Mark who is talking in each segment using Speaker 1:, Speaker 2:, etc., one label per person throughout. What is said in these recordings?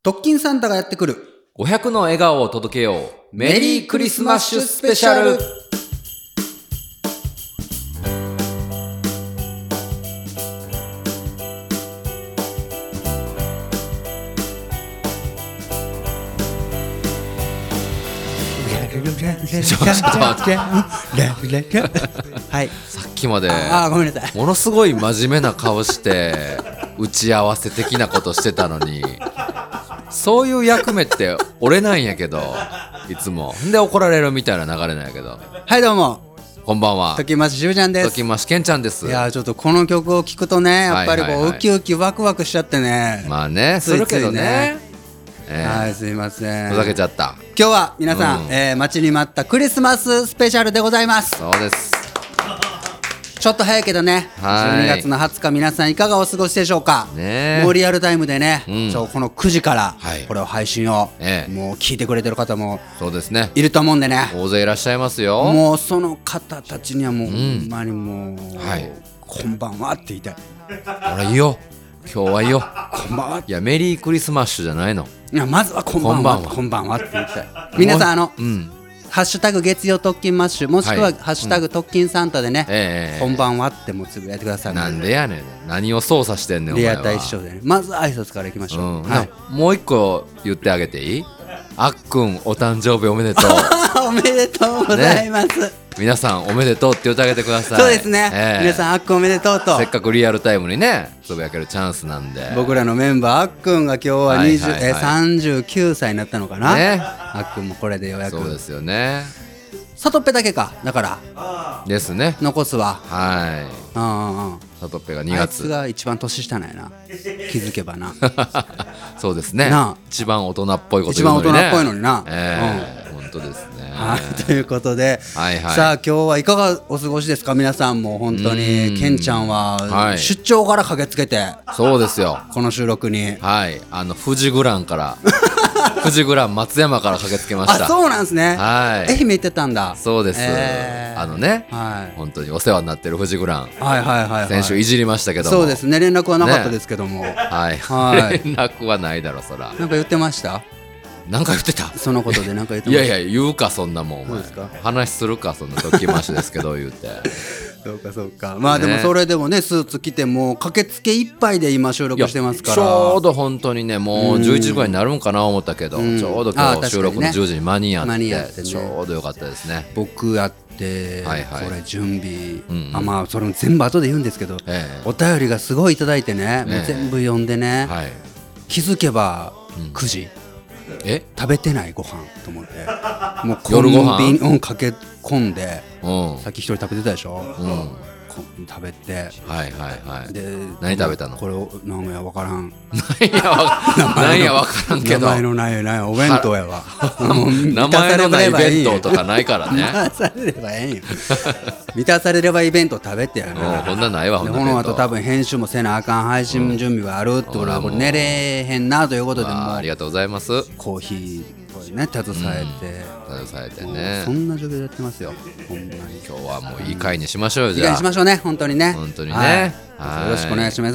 Speaker 1: 特勤サンタがやってくる
Speaker 2: 500の笑顔を届けよう。メリークリスマッシュスペシャル。
Speaker 1: はい。
Speaker 2: さっきまで
Speaker 1: ごめんなさい。
Speaker 2: ものすごい真面目な顔して打ち合わせ的なことしてたのに、そういう役目って俺なんやけど、いつもで怒られるみたいな流れなんやけど。
Speaker 1: はい、どうも
Speaker 2: こんばんは。
Speaker 1: ときまししゅうちゃんです。
Speaker 2: ときましけんちゃんです。
Speaker 1: いやちょっとこの曲を聴くとね、やっぱりこう、
Speaker 2: はいはいはい、
Speaker 1: ウキウキワクワクしちゃってね。
Speaker 2: まあね、
Speaker 1: ついついね
Speaker 2: するけどね。
Speaker 1: はい、すいません。
Speaker 2: ふざけちゃった。
Speaker 1: 今日は皆さん、待ちに待ったクリスマススペシャルでございます。
Speaker 2: そうです。
Speaker 1: ちょっと早いけどね、12月の20日皆さんいかがお過ごしでしょうか。もうリアルタイムでね、この9時からこれを配信を、もう聞いてくれてる方も
Speaker 2: そうですね、
Speaker 1: いると思うんでね、
Speaker 2: 大勢いらっしゃいますよ。
Speaker 1: もうその方たちにはもう、ほんまにもう、こんばんはって言いたい。
Speaker 2: ほらいいよ、今日はいいよ、
Speaker 1: こんばんは。
Speaker 2: いやメリークリスマッシュじゃないの。
Speaker 1: いやまずはこんばんは、こんばんはって言いたい。皆さんハッシュタグ月曜特勤マッシュ、もしくはハッシュタグ特勤サンタでね、こんばんはってもつぶやいてください。
Speaker 2: なんでやねん、何を操作してんねんお前は。
Speaker 1: リアタイ一緒でね、まず挨拶からいきましょう。
Speaker 2: もう一個言ってあげていい？あっくんお誕生日おめでとう。
Speaker 1: おめでとうございます、
Speaker 2: 皆さんおめでとうって言ってあげてください。
Speaker 1: そうですね、皆さんあっくんおめでとうと。
Speaker 2: せっかくリアルタイムにねつぶやけるチャンスなんで、
Speaker 1: 僕らのメンバーあっくんが今日は39歳になったのかな、あっくんもこれでようやく。
Speaker 2: そうですよね、
Speaker 1: さとっぺだけかだから
Speaker 2: ですね、
Speaker 1: 残すは。
Speaker 2: さとっぺが2月、
Speaker 1: あいつが一番年下なんやな、気づけばな。
Speaker 2: そうですね、一番大人っぽいこと
Speaker 1: 言うのにね、一番大人っぽいのにな。
Speaker 2: 本当ですね。
Speaker 1: ということで、さあ今日はいかがお過ごしですか皆さん。もう本当にケンちゃんは出張から駆けつけて、
Speaker 2: そうですよ、
Speaker 1: この収録に
Speaker 2: 富士グランから富士グラン松山から駆けつけました。
Speaker 1: あ、そうなんですね。愛媛行ってたんだ。
Speaker 2: そうです、本当にお世話になってる富士グラン、先週いじりましたけども。そうです
Speaker 1: ね、連絡はなかったですけども、連
Speaker 2: 絡はないだろそら。
Speaker 1: なんか言ってました？
Speaker 2: なんか言ってた、
Speaker 1: そのことでなんか言ってました？
Speaker 2: いやいや言うかそんなもん、お前話するかそんな時ましですけど言うて。
Speaker 1: そうかまあでもそれでもね、スーツ着てもう駆けつけ一杯で今収録してますから、
Speaker 2: ちょうど本当にね、もう11時ぐらいになるんかな思ったけど、ちょうど今日収録の10時に間に合ってちょうどよかったですね。
Speaker 1: 僕やってこれ準備、まあそれも全部後で言うんですけど、お便りがすごいいただいてね、もう全部読んでね、気づけば9時、食べてないご飯と思って、もうコンビニ駆け込んで、さっき一人食べてたでしょ、食べて、で
Speaker 2: 何食べたの？
Speaker 1: これなんや分からん、
Speaker 2: なんや分からんけど、
Speaker 1: 名前のないお弁当やわ。
Speaker 2: 名前のない弁当とかないからね。
Speaker 1: 満たされればええんよ。満たされればいい弁当食べてやな。
Speaker 2: こんなないわ。
Speaker 1: この後多分編集もせなあかん、配信準備はあるってことは、これ寝れへんなということで、も
Speaker 2: ありがとうございます。
Speaker 1: コーヒーね携えてね、そんな状況でやってますよ。ほんまに
Speaker 2: 今日はもういい回にしましょうよ。じゃあ
Speaker 1: いい回にしましょうね、本当にね、
Speaker 2: 本当にね、
Speaker 1: よろしくお願いします。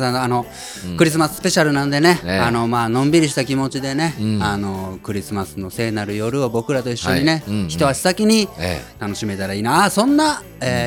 Speaker 1: クリスマススペシャルなんでね、まあのんびりした気持ちでね、クリスマスの聖なる夜を僕らと一緒にね、一足先に楽しめたらいいな、そんな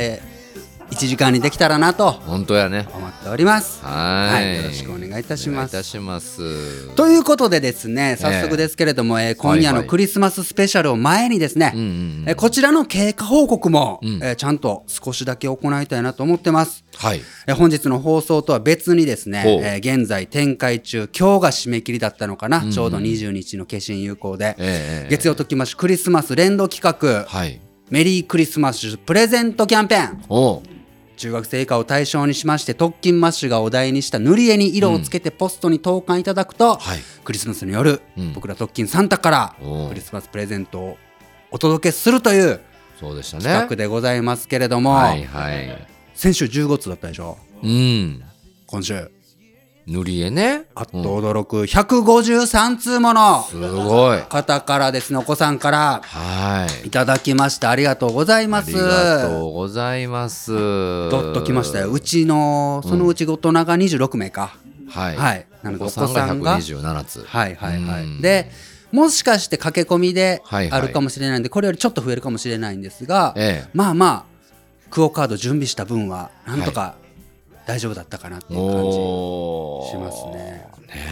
Speaker 1: 1時間にできたらなと
Speaker 2: 本当やね
Speaker 1: 思っております。
Speaker 2: よ
Speaker 1: ろしくお願いいたします。
Speaker 2: と
Speaker 1: いうことでですね、早速ですけれども、今夜のクリスマススペシャルを前にですね、こちらの経過報告もちゃんと少しだけ行いたいなと思ってます。本日の放送とは別にですね、現在展開中、今日が締め切りだったのかな、ちょうど20日の化身有効で、月曜ときましクリスマス連動企画、メリークリスマスプレゼントキャンペーン、中学生以下を対象にしまして、特勤マッシュがお題にした塗り絵に色をつけてポストに投函いただくと、クリスマスの夜、僕ら特勤サンタからクリスマスプレゼントをお届けするという企画でございますけれども、先週15通だったでしょ。今週
Speaker 2: 塗り絵ね、
Speaker 1: あっと驚く153通もの
Speaker 2: すごい
Speaker 1: 方からですね、お子さんからいただきました。ありがとうございます。
Speaker 2: ありがとうございます。
Speaker 1: どっときましたよ。うちのそのうち大人が26名か、
Speaker 2: はい、
Speaker 1: なので
Speaker 2: お子さんが127つ、
Speaker 1: はいはいはい、でもしかして駆け込みであるかもしれないんで、これよりちょっと増えるかもしれないんですが、まあまあクオカード準備した分はなんとか大丈夫だったかなっていう感じしますね。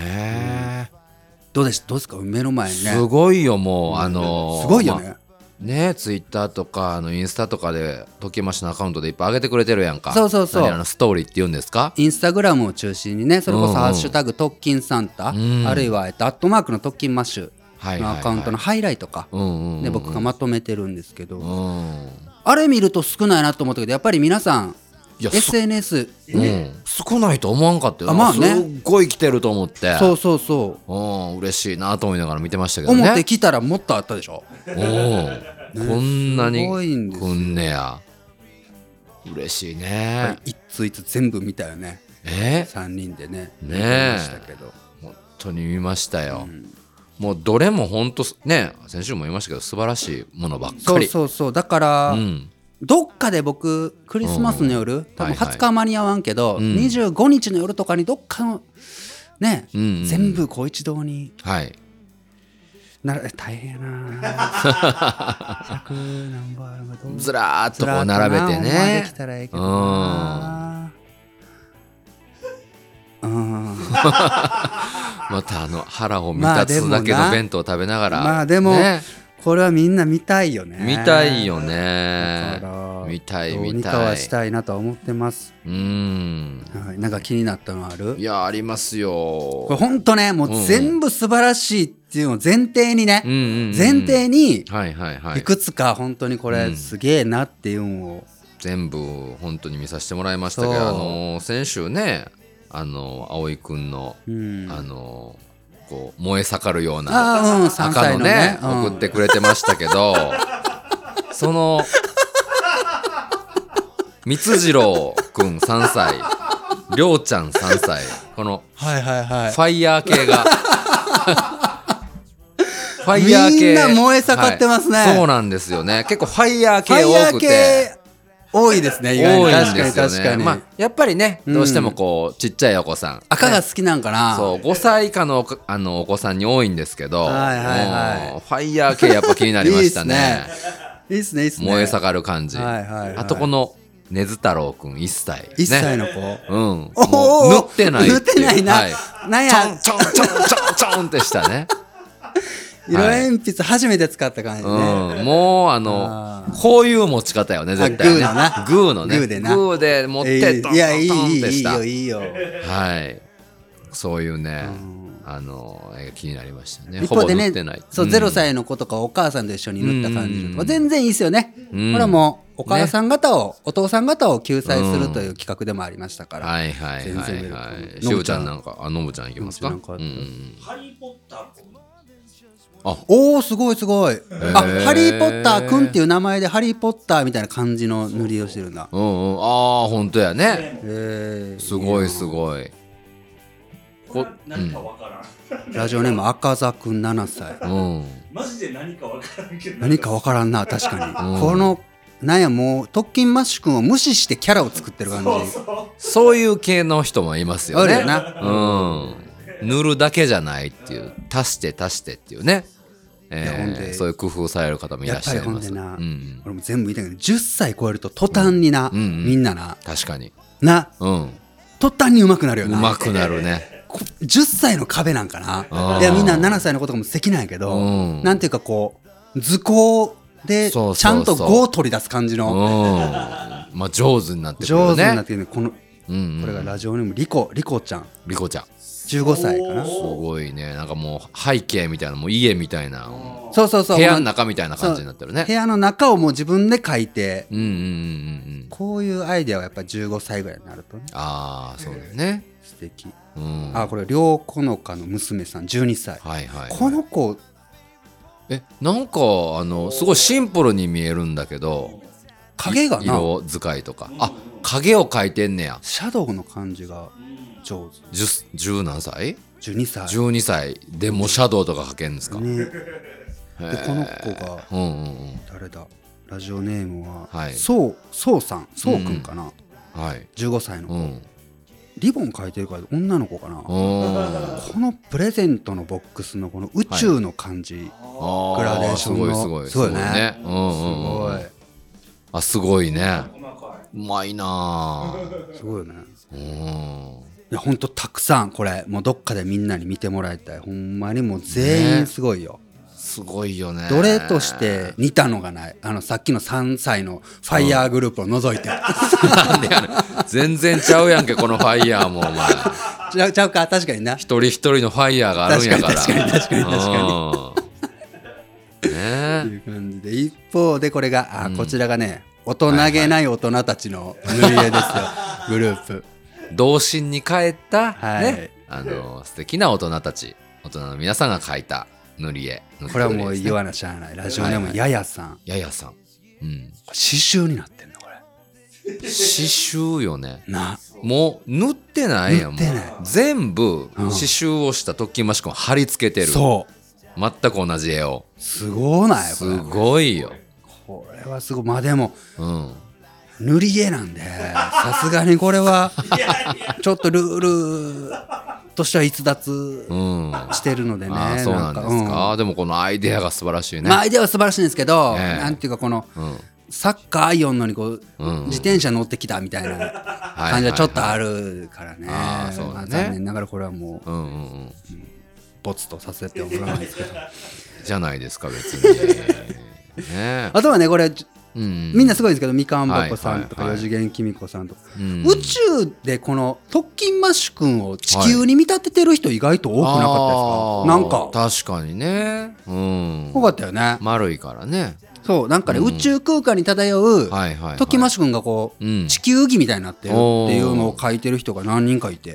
Speaker 1: どうですか目の前ね。
Speaker 2: すごいよもう、
Speaker 1: すごいよね。
Speaker 2: ね、ツイッターとかインスタとかでトキマシのアカウントでいっぱい上げてくれてるやんか。
Speaker 1: そうそうそう、
Speaker 2: ストーリーって言うんですか。
Speaker 1: インスタグラムを中心にね、それこそハッシュタグ特勤サンタ、あるいはアットマークの特勤マッシュのアカウントのハイライトかで僕がまとめてるんですけど、あれ見ると少ないなと思ったけど、やっぱり皆さんSNS、
Speaker 2: 少ないと思わんかったよ。
Speaker 1: まあね、
Speaker 2: すっごい来てると思って、
Speaker 1: そうそうそう、
Speaker 2: 嬉しいなと思いながら見てましたけどね。
Speaker 1: 思ってきたらもっとあったでしょ。
Speaker 2: こんなに来んねや、嬉しいね。
Speaker 1: いつ全部見たよね。3人でね見ましたけど、
Speaker 2: 本当に見ましたよ。もうどれも本当ね、先週も言いましたけど素晴らしいものばっかり。
Speaker 1: そうだから、どっかで僕クリスマスの夜、多分20日間に合わんけど、25日の夜とかにどっかのね、全部こう一堂に、大変やな
Speaker 2: ずらーっとこう並べてね、
Speaker 1: できたらいいけどな。
Speaker 2: また腹を満たすだけの弁当を食べながら、
Speaker 1: まあでもこれはみんな見たいよね。
Speaker 2: 見たいよね。見たい
Speaker 1: どうにかはしたいなとは思ってます。なんか気になったのある？
Speaker 2: いや、ありますよ。
Speaker 1: これ本当ね、もう全部素晴らしいっていうのを前提にね、前提にいくつか本当にこれすげえなっていうのを
Speaker 2: 全部本当に見させてもらいましたけど、先週ね、葵くんのこう燃え盛るような赤のね送ってくれてましたけど、その光次郎くん3歳、りょうちゃん3歳、このファイヤー系がファイヤー系
Speaker 1: みんな燃え盛ってますね。
Speaker 2: そうなんですよね。結構ファイヤー系多くて
Speaker 1: 多いですね。意外に確かに確かに。
Speaker 2: まあやっぱりね、どうしてもこうちっちゃいお子さん、
Speaker 1: 赤が好きなんかな。
Speaker 2: そう5歳以下のお子さんに多いんですけど、ファイヤー系やっぱ気になりましたね。
Speaker 1: いいですね、いいですね。
Speaker 2: 燃え盛る感じ。あとこのねず太郎くん1歳、
Speaker 1: 1歳の子、
Speaker 2: もう塗ってない
Speaker 1: 塗ってないな、なんや
Speaker 2: ちょんちょんちょんちょんちょんってしたね。
Speaker 1: 色鉛筆初めて使った感じね。
Speaker 2: もうこういう持ち方よね、絶対ね。グーのね、グーで持ってトントンってした。
Speaker 1: いいよ。
Speaker 2: はい、そういうね、気になりましたね。
Speaker 1: 一方でね、そう0歳の子とかお母さんと一緒に塗った感じとか全然いいですよね。これはもうお母さん方を、お父さん方を救済するという企画でもありましたから。
Speaker 2: はいはいはいはい。しぶちゃんなんか、のぶちゃんいきますか。ハリーポッター。
Speaker 1: おお、すごいすごい。ハリーポッターくんっていう名前でハリーポッターみたいな感じの塗りをしてるんだ。
Speaker 2: ああ、本当やね。すごいすごい。
Speaker 3: 何かわからん。
Speaker 1: ラジオネーム赤座くん7歳。
Speaker 3: マジで何かわからんけど。
Speaker 1: 何かわからんな、確かに。このなんや、もう特勤マッシュくんを無視してキャラを作ってる感じ。
Speaker 2: そういう系の人もいますよね。塗るだけじゃないっていう、足してっていうね。そういう工夫される方もいらっしゃいます。
Speaker 1: 俺も全部言いたいけど、10歳超えると途端にな、みんなな、
Speaker 2: 確かに
Speaker 1: な、途端に上手くなるよな。
Speaker 2: 上手くなるね。
Speaker 1: 10歳の壁なんかな。いや、みんな7歳の子とかも素敵なんやけど、なんていうかこう図工でちゃんと5を取り出す感じの、
Speaker 2: まあ上手になってくるね。
Speaker 1: 上手になってくるね。これがラジオネームリコちゃん。
Speaker 2: リコちゃん。
Speaker 1: 15歳かな。
Speaker 2: すごいね。なんかもう背景みたいな、もう家みたいな、
Speaker 1: そう
Speaker 2: 部屋の中みたいな感じになってるね。
Speaker 1: 部屋の中をもう自分で描いて、こういうアイデアはやっぱ15歳ぐらいになるとね。
Speaker 2: ああ、そうだよね。
Speaker 1: 素敵。これ両子のかの娘さん12歳。この子
Speaker 2: なんかすごいシンプルに見えるんだけど、
Speaker 1: 影がな、
Speaker 2: 色使いとか、影を描いてんねや。
Speaker 1: シャドウの感じが上手。
Speaker 2: 10何歳
Speaker 1: ?12 歳。
Speaker 2: 12歳でもシャドウとか描けるんですかね。
Speaker 1: でこの子が誰だ、ラジオネームはそうさん、そうくんかな。15歳の子。 リボン書いてるから女の子かな。このプレゼントのボックスのこの宇宙の感じ、グラデーションの
Speaker 2: すごい
Speaker 1: すごいね。
Speaker 2: すごい。あ、すごいね。うまいな。
Speaker 1: すごいよね。いやほんとたくさんこれもうどっかでみんなに見てもらいたい。ほんまにもう全員すごいよ。
Speaker 2: すごいよね。
Speaker 1: どれとして似たのがない。さっきの3歳のファイヤーグループを除いて。
Speaker 2: なんでやねん。全然ちゃうやんけこのファイヤーもお前。
Speaker 1: ちゃうか確かにな。
Speaker 2: 一人一人のファイヤーがあるんやから。
Speaker 1: 確かに。っていう感じで、一方でこれがこちらがね、大人げない大人たちの塗り絵ですよ、グループ。
Speaker 2: 童心に帰った、ね、素敵な大人たち、大人の皆さんが描いた塗り絵。
Speaker 1: これはもう言わなしゃあない。ラジオネームややさん。
Speaker 2: ややさん。
Speaker 1: 刺繍になってんのこれ。
Speaker 2: 刺繍よね。
Speaker 1: な。
Speaker 2: もう塗ってないやん。全部刺繍をした特勤マッシュ君貼り付けてる。
Speaker 1: そう。
Speaker 2: 全く同じ絵を。
Speaker 1: すごない。
Speaker 2: すごいよ。
Speaker 1: これはすごい。まあでも。塗り絵なんでさすがにこれはちょっとルールとしては逸脱してるのでね。
Speaker 2: そうなんですか。でもこのアイデアが素晴らしいね。
Speaker 1: まあアイデアは素晴らしいんですけど、なんていうかこのサッカーアイオンのにこう自転車乗ってきたみたいな感じはちょっとあるからね。残念ながらこれはもうボツとさせてもらうんですけど。
Speaker 2: じゃないですか別に。
Speaker 1: あとはねこれみんなすごいんですけど、みかんぼこさんとか四次元きみこさんとか、宇宙でこの特勤マッシュ君を地球に見立ててる人意外と多くなかったですか。なんか
Speaker 2: 確かにね。
Speaker 1: 多かったよね。
Speaker 2: 丸いからね。
Speaker 1: そうなんかね、宇宙空間に漂う特勤マッシュ君がこう地球儀みたいになってるっていうのを書いてる人が何人かいて、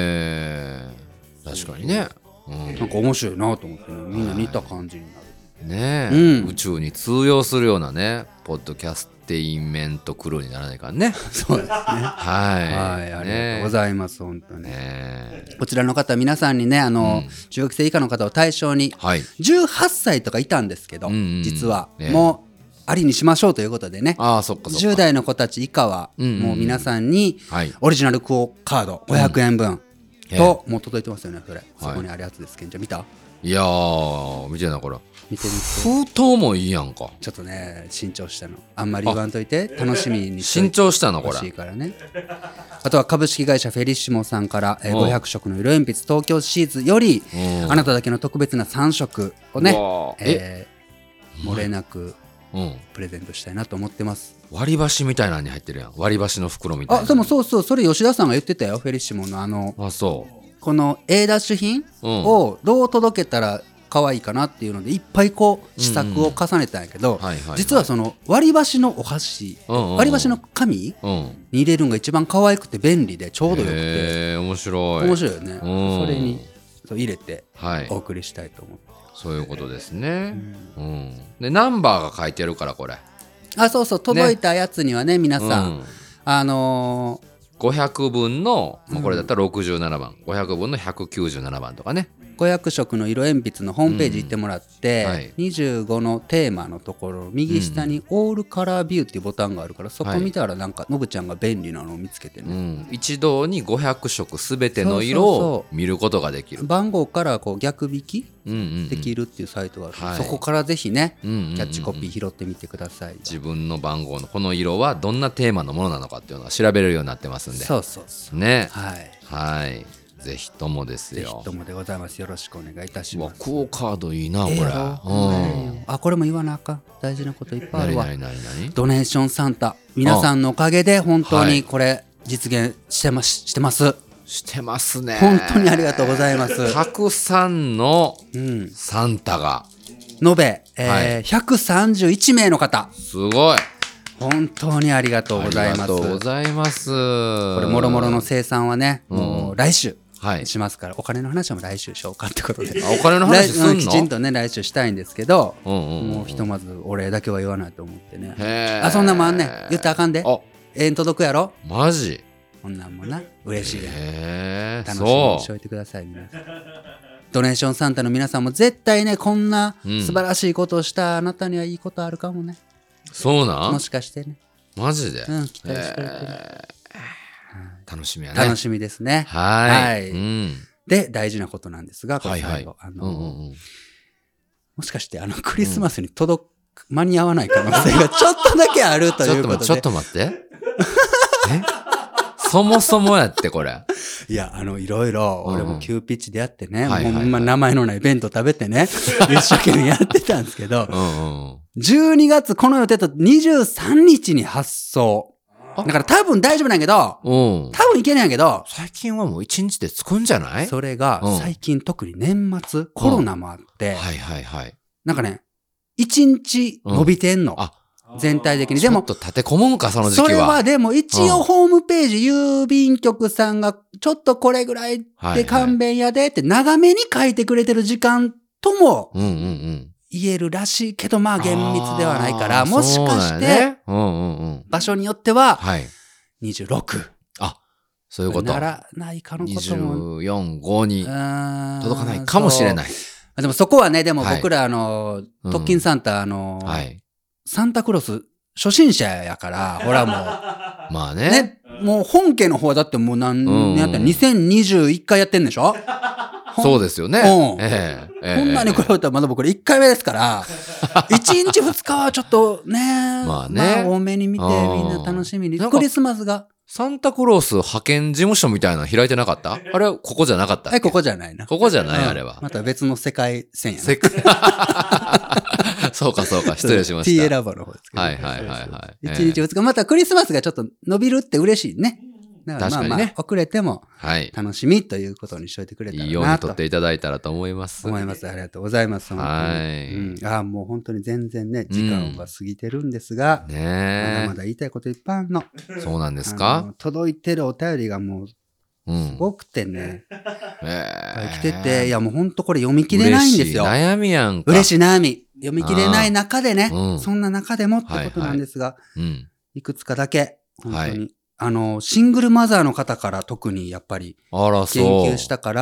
Speaker 2: 確かにね。
Speaker 1: なんか面白いなと思ってね、みんな似た感じになる。
Speaker 2: ね、宇宙に通用するようなねポッドキャステインメントクルーにならないからね。
Speaker 1: そうですね。はい、ありがとうございます。本当にこちらの方皆さんにね中学生以下の方を対象に18歳とかいたんですけど、実はもうありにしましょうということでね、10代の子たち以下はもう皆さんにオリジナルクオカード500円分ともう届いてますよね。そこにあるやつですけど、じゃあ見た？
Speaker 2: いやー見てなこれ。
Speaker 1: 見てみて。
Speaker 2: 封筒もいいやんか。
Speaker 1: ちょっとね新調したのあんまり言わんといて、楽しみに
Speaker 2: 新調したのこれ
Speaker 1: 欲しいからね。あとは株式会社フェリッシモさんから500色の色鉛筆東京シーズよりあなただけの特別な3色をね漏れなくプレゼントしたいなと思ってます。
Speaker 2: 割り箸みたいなのに入ってるやん。割り箸の袋みたいな。
Speaker 1: でもそうそれ吉田さんが言ってたよ。フェリッシモの
Speaker 2: そう
Speaker 1: この A ダッシュ品をどう届けたら可愛いかなっていうのでいっぱいこう試作を重ねたんやけど、実はその割り箸のお箸、割り箸の紙に入れるのが一番可愛くて便利でちょうどよくて面白いよね。それに入れてお送りしたいと思って。
Speaker 2: そういうことですね。でナンバーが書いてるからこれ。
Speaker 1: そう届いたやつにはね皆さん
Speaker 2: 500分のこれだったら67番、500分の197番とかね。
Speaker 1: 500色の色鉛筆のホームページ行ってもらって、25のテーマのところ右下にオールカラービューっていうボタンがあるから、そこ見たらなんかのぶちゃんが便利なのを見つけてね、
Speaker 2: 一堂に500色すべての色を見ることができる。
Speaker 1: 番号からこう逆引きできるっていうサイトがある、そこからぜひねキャッチコピー拾ってみてください。
Speaker 2: 自分の番号のこの色はどんなテーマのものなのかっていうのは調べれるようになってますんで。
Speaker 1: そう
Speaker 2: ね。はいぜひともですよ。
Speaker 1: ぜひともでございます。よろしくお願いいたします。
Speaker 2: クオカードいいなこれ。
Speaker 1: これも言わなあかん。大事なこといっぱいあるわ。
Speaker 2: 何
Speaker 1: ドネーションサンタ、皆さんのおかげで本当にこれ実現してますね。本当にありがとうございます。
Speaker 2: たくさんのサンタが
Speaker 1: 延べ131名の方。
Speaker 2: すごい。
Speaker 1: 本当にありがとうございます。
Speaker 2: ありがとうございます。
Speaker 1: これもろもろの生産はね、もう来週しますから、お金の話も来週しようかってことで。
Speaker 2: お金の話すんの？
Speaker 1: きちんとね来週したいんですけど、もうひとまずお礼だけは言わないと思ってね。そんなんもあんねん。言ったらあかんで。届くやろ。
Speaker 2: マジ？
Speaker 1: こんなんもな嬉しいで。楽しみにしておいてください皆さん。ドネーションサンタの皆さんも絶対ねこんな素晴らしいことをしたあなたにはいいことあるかもね。
Speaker 2: そうなん？
Speaker 1: もしかしてね。
Speaker 2: マジで？
Speaker 1: 期待しておいてね。
Speaker 2: 楽しみやね。
Speaker 1: 楽しみですね。
Speaker 2: はい。
Speaker 1: うん。で、大事なことなんですが、これ最後。もしかして、クリスマスに間に合わない可能性がちょっとだけあるということで。
Speaker 2: ちょっと待って。そもそもやって、これ。
Speaker 1: いや、いろいろ、俺も急ピッチでやってね、ほんま名前のない弁当食べてね、一生懸命やってたんですけど、12月この予定と23日に発送。だから多分大丈夫なんやけど、多分いけないんやけど、
Speaker 2: 最近はもう1日で着くんじゃない？
Speaker 1: それが、最近特に年末、コロナもあって、なんかね、1日伸びてんの。全体的に。でも、
Speaker 2: ちょっと立て込むんか、その時期は。
Speaker 1: それはでも一応ホームページ、郵便局さんがちょっとこれぐらいで勘弁やでって長めに書いてくれてる時間とも言えるらしいけど、まあ厳密ではないから、もしかして、場所によっては、26。
Speaker 2: そういうこと。
Speaker 1: ならないかのことも。
Speaker 2: 24、5に届かないかもしれない。
Speaker 1: でもそこはね、でも僕ら特勤サンタサンタクロース初心者やから、ほらもう。
Speaker 2: まあね。
Speaker 1: もう本家の方はだってもう何年やったら2021回やってんでしょ？
Speaker 2: そうですよね。
Speaker 1: こんなに比べたらまだ僕ら1回目ですから、1日2日はちょっとね、まあ多めに見てみんな楽しみに。クリスマスが。
Speaker 2: サンタクロース派遣事務所みたいなの開いてなかった？あれはここじゃなかったっけ？
Speaker 1: ここじゃないな。
Speaker 2: ここじゃないあれは。
Speaker 1: また別の世界線やな。
Speaker 2: そうか。失礼しました。
Speaker 1: T 選ばの方ですけど。
Speaker 2: はい。
Speaker 1: 1日2日。またクリスマスがちょっと伸びるって嬉しいね。だから
Speaker 2: 確かにね。
Speaker 1: 遅れても楽しみということにしといてくれたらなと。
Speaker 2: いいように取っていただいたらと思います。
Speaker 1: ありがとうございます。もう本当に全然ね、時間が過ぎてるんですが、まだまだ言いたいこといっぱいあるの。
Speaker 2: そうなんですか？
Speaker 1: 届いてるお便りがもう、すごくてね。来てて、いやもう本当これ読み切れないんですよ。
Speaker 2: 嬉しい悩みやんか。
Speaker 1: 嬉しい悩み。読み切れない中でね、そんな中でもってことなんですが、いくつかだけ、本当に。シングルマザーの方から特にやっぱり研究したから、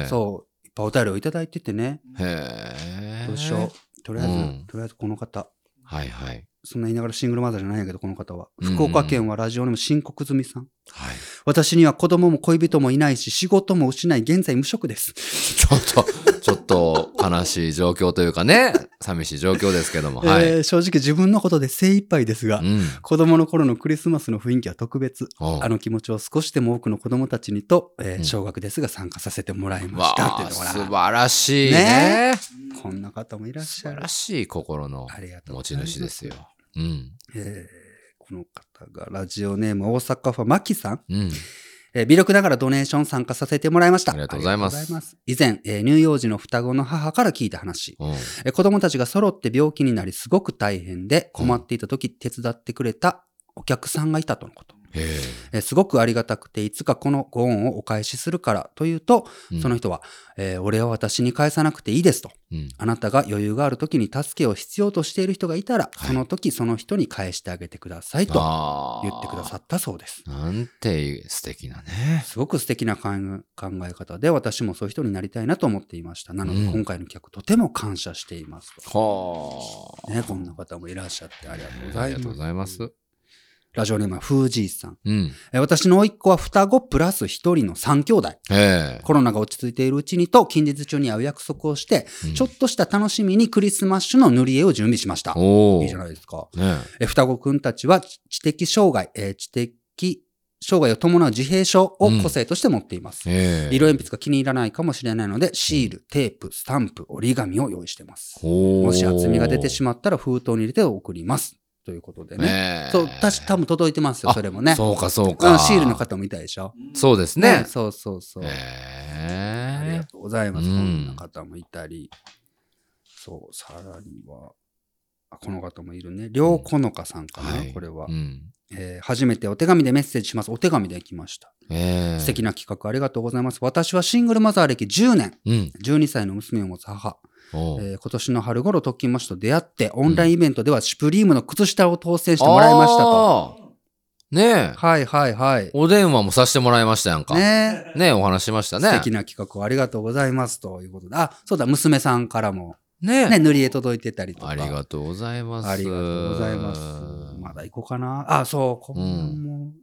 Speaker 1: そう、いっぱいお便りをいただいててね。どうしよう。とりあえずこの方。そんな言いながらシングルマザーじゃないんやけど、この方は。福岡県はラジオネーム申告済みさん。私には子供も恋人もいないし、仕事も失い、現在無職です。
Speaker 2: ちょっと悲しい状況というかね、寂しい状況ですけども。
Speaker 1: 正直自分のことで精一杯ですが、子供の頃のクリスマスの雰囲気は特別。気持ちを少しでも多くの子供たちにと、小学ですが参加させてもらいましたっていうのが
Speaker 2: 素晴らしいね。
Speaker 1: こんな方もいらっしゃる。
Speaker 2: 素晴らしい心の持ち主ですよ。
Speaker 1: この方がラジオネーム大阪府マキさん。微力ながらドネーション参加させてもらいました。
Speaker 2: ありがとうございます。
Speaker 1: 以前、乳幼児の双子の母から聞いた話。子供たちが揃って病気になりすごく大変で困っていた時手伝ってくれたお客さんがいたとのこと。すごくありがたくていつかこのご恩をお返しするからというと、その人は、俺は私に返さなくていいですと、あなたが余裕がある時に助けを必要としている人がいたら、その時その人に返してあげてくださいと言ってくださったそうです。
Speaker 2: なんて素敵なね。
Speaker 1: すごく素敵な考え方で、私もそういう人になりたいなと思っていました。なので今回の企画とても感謝していますと。こんな方もいらっしゃってありがとうございます。
Speaker 2: ありがとうございます。
Speaker 1: ラジオネームはフージーさん。私の甥っ子は双子プラス一人の3兄弟。コロナが落ち着いているうちにと近日中に会う約束をして、ちょっとした楽しみにクリスマスの塗り絵を準備しました。いいじゃないですか。双子くんたちは知的障害を伴う自閉症を個性として持っています。色鉛筆が気に入らないかもしれないので、シール、テープ、スタンプ、折り紙を用意しています。もし厚みが出てしまったら封筒に入れて送ります。ということでね。そう、多分届いてますよ、それもね。
Speaker 2: そうか。シ
Speaker 1: ールの方もいたでしょ。
Speaker 2: そうですね。
Speaker 1: そう。ありがとうございます。こんな方もいたり。そう、さらには、この方もいるね。りょうこのかさんかな、これは。初めてお手紙でメッセージします。お手紙で来ました。素敵な企画ありがとうございます。私はシングルマザー歴10年。12歳の娘を持つ母。今年の春頃特勤マッシュと出会ってオンラインイベントではシュプリームの靴下を当選してもらいましたと。
Speaker 2: ねえ。
Speaker 1: はい。
Speaker 2: お電話もさせてもらいましたやんか。ねえ、お話しましたね。
Speaker 1: 素敵な企画をありがとうございますということで。そうだ、娘さんからもね、塗り絵届いてたりとか。
Speaker 2: ありがとうございます。
Speaker 1: ありがとうございます。まだ行こうかな。そう、こんなも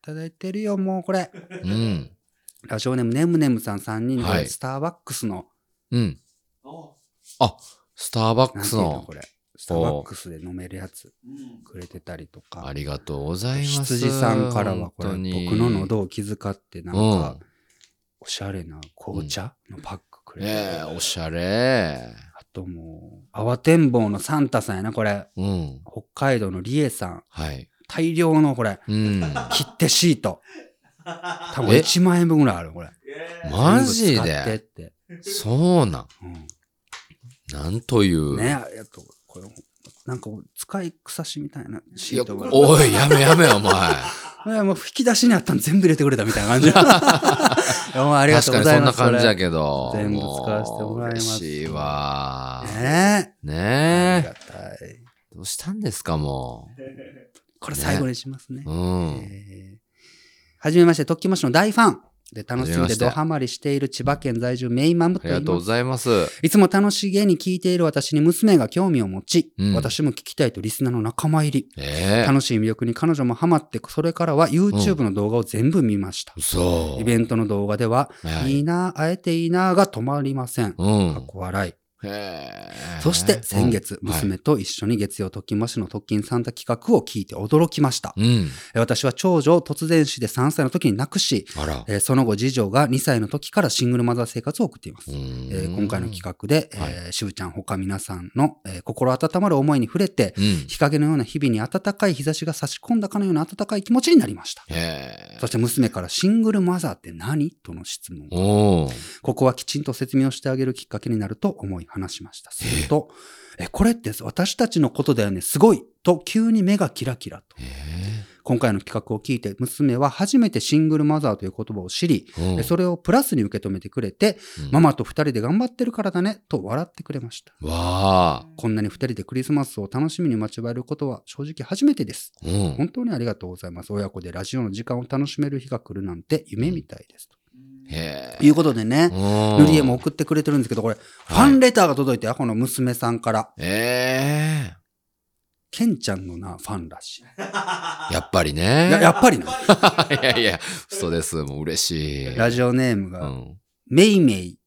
Speaker 1: ただいてるよ、もうこれ。
Speaker 2: うん。
Speaker 1: ラジオネームねむねむさん3人で、
Speaker 2: はい、
Speaker 1: スターバックスの。
Speaker 2: うん。あ、スターバックスの。
Speaker 1: これ。スターバックスで飲めるやつくれてたりとか。
Speaker 2: ありがとうございます。
Speaker 1: 羊さんからはこれ僕の喉を気遣ってなんか、おしゃれな紅茶のパックくれて、
Speaker 2: おしゃれ。
Speaker 1: あともう慌てんぼうのサンタさんやなこれ、
Speaker 2: うん、
Speaker 1: 北海道のリエさん、
Speaker 2: はい、
Speaker 1: 大量のこれ、うん、切手シート多分1万円分ぐらいあるこれ。
Speaker 2: マジで
Speaker 1: ってって
Speaker 2: そうなん、うん、なんという
Speaker 1: ね。これなんか使い草しみたいなシートが。
Speaker 2: おいやめやめお前
Speaker 1: もう引き出しにあったの全部入れてくれたみたいな感じ。いやもうありがとうございます。
Speaker 2: 確かにそんな感じだけど。
Speaker 1: 全部使わせてもらいます。
Speaker 2: 嬉しいわ。
Speaker 1: ねえ。
Speaker 2: ねえ。
Speaker 1: ありがたい。
Speaker 2: どうしたんですかもう。
Speaker 1: これ最後にしますね。
Speaker 2: うん。
Speaker 1: はじめまして、とっきましの大ファン。で楽しんでドハマりしている千葉県在住メイマムと言います。
Speaker 2: ありがとうございます。
Speaker 1: いつも楽しげに聞いている私に娘が興味を持ち、私も聞きたいとリスナーの仲間入り、楽しい魅力に彼女もハマって、それからは YouTube の動画を全部見ました。イベントの動画では、いいな、会えていいなが止まりません。かっこ笑い。そして先月、娘と一緒に月曜特勤マッシュの特勤サンタ企画を聞いて驚きました。私は長女を突然死で3歳の時に亡くし、その後次女が2歳の時からシングルマザー生活を送っています。今回の企画で、しぶちゃん他皆さんの、心温まる思いに触れて、日陰のような日々に暖かい日差しが差し込んだかのような温かい気持ちになりました。そして娘からシングルマザーって何との質問。ここはきちんと説明をしてあげるきっかけになると思い話しました。すると、これって私たちのことだよね、すごいと急に目がキラキラと。今回の企画を聞いて娘は初めてシングルマザーという言葉を知り、それをプラスに受け止めてくれて、ママと2人で頑張ってるからだねと笑ってくれました。
Speaker 2: わ
Speaker 1: こんなに2人でクリスマスを楽しみに待ちわびることは正直初めてです。本当にありがとうございます。親子でラジオの時間を楽しめる日が来るなんて夢みたいですと。いうことでね、塗り絵も送ってくれてるんですけど、これ、ファンレターが届いて、この娘さんから。ケンちゃんのな、ファンらしい。
Speaker 2: やっぱりね。
Speaker 1: やっぱりな。
Speaker 2: いやいや、嘘です。もう嬉しい。
Speaker 1: ラジオネームが、メイメイ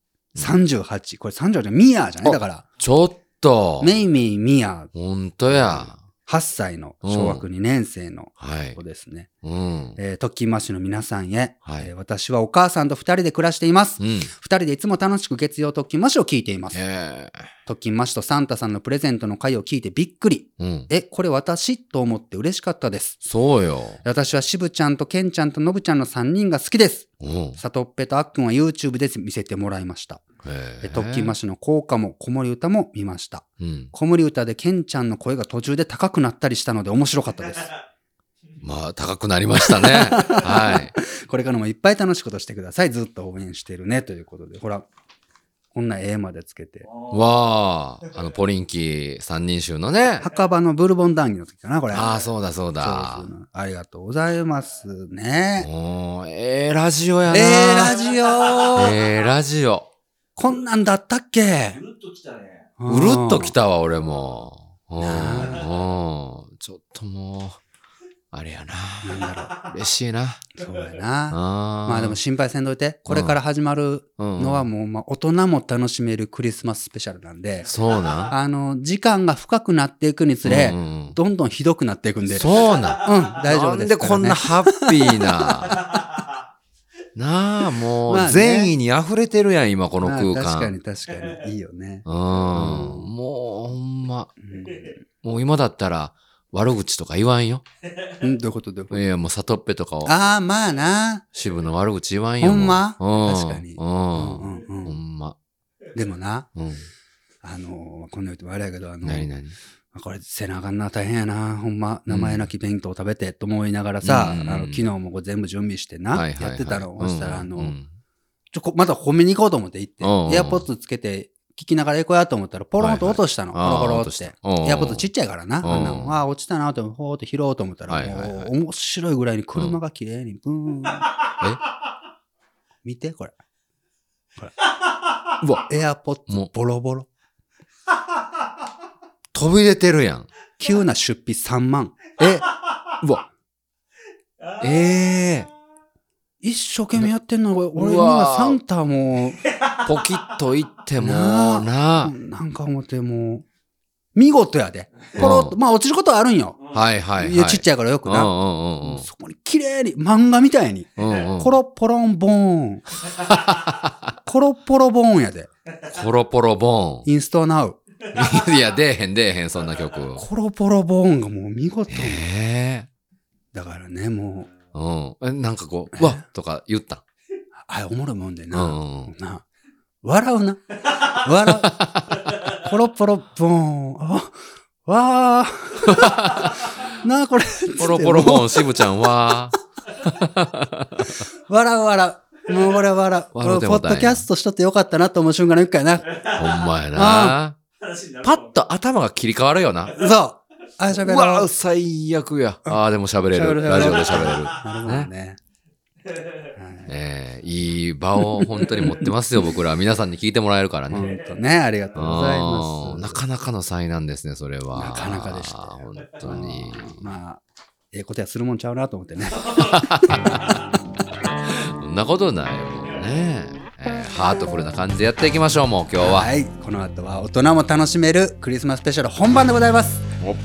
Speaker 1: 38。これ38ミヤじゃないだから。
Speaker 2: ちょっと。
Speaker 1: メイメイミヤ。
Speaker 2: ほんとや。
Speaker 1: 8歳の小学2年生の子ですね。特勤マッシュの皆さんへ、私はお母さんと2人で暮らしています。2人でいつも楽しく月曜特勤マッシュを聞いています。特勤マッシュとサンタさんのプレゼントの回を聞いてびっくり。これ私と思って嬉しかったです。
Speaker 2: そうよ。
Speaker 1: 私はしぶちゃんとけんちゃんとのぶちゃんの3人が好きです。さとっぺとあっくんは YouTube で見せてもらいました。特勤マッシュの効果も子守歌も見ました。子守歌でケンちゃんの声が途中で高くなったりしたので面白かったです。
Speaker 2: まあ高くなりましたね。はい。
Speaker 1: これからもいっぱい楽しいことしてください。ずっと応援してるねということで、ほらこんな絵までつけて。
Speaker 2: わあ、ポリンキー三人衆のね。
Speaker 1: 墓場のブルボン談義の時かなこれ。
Speaker 2: ああ、そうだそうだ。
Speaker 1: ありがとうございますね。
Speaker 2: ラジオやな。
Speaker 1: ラジオ。
Speaker 2: ラジオ。
Speaker 1: こんなんだったっけ？
Speaker 3: うるっときたね。
Speaker 2: うるっときたわ、俺も。ちょっともう、あれやな。
Speaker 1: なんだろう。
Speaker 2: 嬉しいな。
Speaker 1: そうやな。まあでも心配せんといて。これから始まるのはもう、大人も楽しめるクリスマススペシャルなんで。
Speaker 2: そうな。
Speaker 1: 時間が深くなっていくにつれ、どんどんひどくなっていくんで。
Speaker 2: そうな。
Speaker 1: 大丈夫です。
Speaker 2: なんでこんなハッピーな。なあ、もう、善意に溢れてるやん、今、この空間。
Speaker 1: 確かに。いいよね。
Speaker 2: もう、ほんま。もう今だったら、悪口とか言わんよ。
Speaker 1: どういうこと
Speaker 2: いや、もう、里っぺとかを。
Speaker 1: ああ、まあな。
Speaker 2: 渋の悪口言わんよ。
Speaker 1: ほんま確かに。
Speaker 2: ほんま。
Speaker 1: でもな、こんな言ってもあれやけど、
Speaker 2: 何
Speaker 1: これせなあかんな、大変やな、ほんま、名前なき弁当食べてと思いながらさ、昨日もこれ全部準備してな、やってたの。そしたら、また褒めに行こうと思って行って、エアポッツつけて、聞きながら行こうやと思ったら、ポロンと落としたの。コロコロって。エアポッツちっちゃいからな。落ちたなと、ほーって拾おうと思ったら、面白いぐらいに車が綺麗に、ブーン。見て、これ。うわ、エアポッツボロボロ。
Speaker 2: 飛び出てるやん。
Speaker 1: 急な出費3万。
Speaker 2: うわ。
Speaker 1: 一生懸命やってんの俺にはサンタも
Speaker 2: ポキッといってもなん
Speaker 1: か思ってもう見事やでポロッとまあ落ちることはあるんよ。
Speaker 2: はいはい、はい、
Speaker 1: いやちっちゃいからよくな、そこに綺麗に漫画みたいに、コロポロンボーンコロポロボーンやで。
Speaker 2: コロポロボーン
Speaker 1: インストナウ
Speaker 2: いや出えへんそんな曲。
Speaker 1: コロポロボーンがもう見事だからねも
Speaker 2: うなんかこうわっとか言った
Speaker 1: おもろいもんでな、笑うな笑うコロポロボーンわーなあこれ
Speaker 2: コロポロボーンしぶちゃんわ
Speaker 1: 笑うもうこれ笑う。これポッドキャストしとってよかったなと思う瞬間の一回な。
Speaker 2: ほんまやな。パッと頭が切り替わるよな。
Speaker 1: そう。喋る。う
Speaker 2: わ最悪や。でも喋れる。ラジオで喋れる。
Speaker 1: なるほどね。
Speaker 2: いい場を本当に持ってますよ、僕ら。皆さんに聞いてもらえるからね。
Speaker 1: 本当ね、ありがとうございます。
Speaker 2: なかなかの災難ですね、それは。
Speaker 1: なかなかでした。
Speaker 2: 本当に。
Speaker 1: まあ、ことやするもんちゃうなと思ってね。
Speaker 2: そんなことないもんね。ハートフルな感じでやっていきましょう、もう今日は。
Speaker 1: はい、この後は大人も楽しめるクリスマススペシャル本番でございます。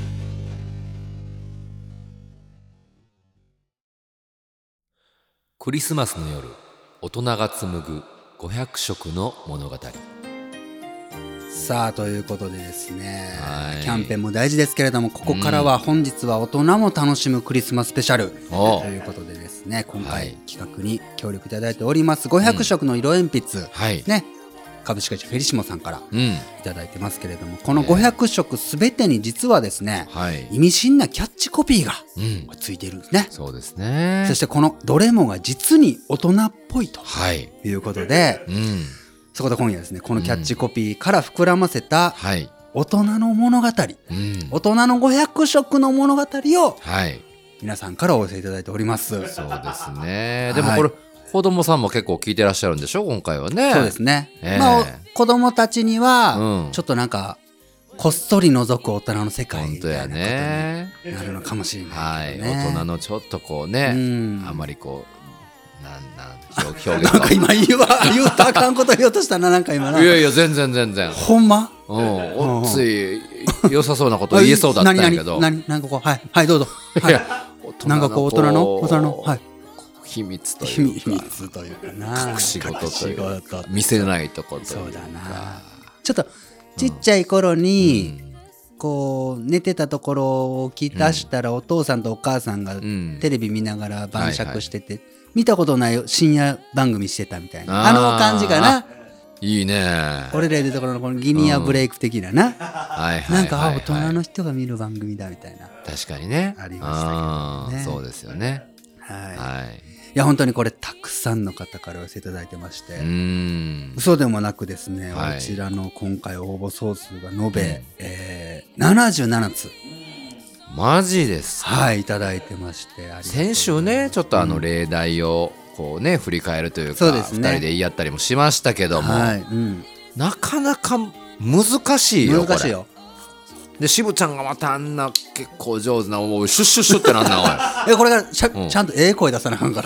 Speaker 2: クリスマスの夜、大人が紡ぐ500色の物語。
Speaker 1: さあということでですね、キャンペーンも大事ですけれども、ここからは本日は大人も楽しむクリスマススペシャルということでですね、今回企画に協力いただいております500色の色鉛筆、ね、株式会社フェリシモさんからいただいてますけれども、この500色すべてに実はですね、意味深なキャッチコピーがついているんですね。
Speaker 2: そうですね。
Speaker 1: そしてこのどれもが実に大人っぽいということで、そこで今夜ですね、このキャッチコピーから膨らませた大人の物語、大人の500色の物語を皆さんからお寄せいただいております。
Speaker 2: そうですね。でもこれ、子供さんも結構聞いてらっしゃるんでしょ、今回はね。
Speaker 1: そうですね。まあ子供たちにはちょっとなんかこっそり覗く大人の世界みたいなことになるのかもしれないですね。
Speaker 2: 大人のちょっとこうね、あまりこう表現
Speaker 1: なんか今言うたあかんこと言おうとしたな、なんか今な。
Speaker 2: いやいや全然
Speaker 1: ほんま
Speaker 2: おつい良さそうなこと言えそうだったんやけど。
Speaker 1: なんかこうはいどうぞ。なんかこう大人の
Speaker 2: 秘密というか隠し事というか見せないとこというか。
Speaker 1: そうだな。ちょっとちっちゃい頃にこう寝てたところを起き出したらお父さんとお母さんがテレビ見ながら晩酌してて見たことない深夜番組してたみたいな、あの感じかな。
Speaker 2: いいね。
Speaker 1: 俺らでところのこのギニアブレイク的なな、なんか大人の人が見る番組だみたいな。
Speaker 2: 確かにね。
Speaker 1: ありましたけどね。
Speaker 2: そうですよね。
Speaker 1: いや本当にこれたくさんの方からお寄せいただいてまして、嘘でもなくですね、こちらの今回応募総数が延べ、77つ。
Speaker 2: マジです
Speaker 1: か。いただいてまして、
Speaker 2: 先週ねちょっと例題をこうね振り返るというか、2人で言い合ったりもしましたけども、なかなか難しいよ。
Speaker 1: 難しいよ。
Speaker 2: で渋ちゃんがまたあんな結構上手なシュッシュッシュってなんな
Speaker 1: おいこれがちゃんと声出さなあかんから。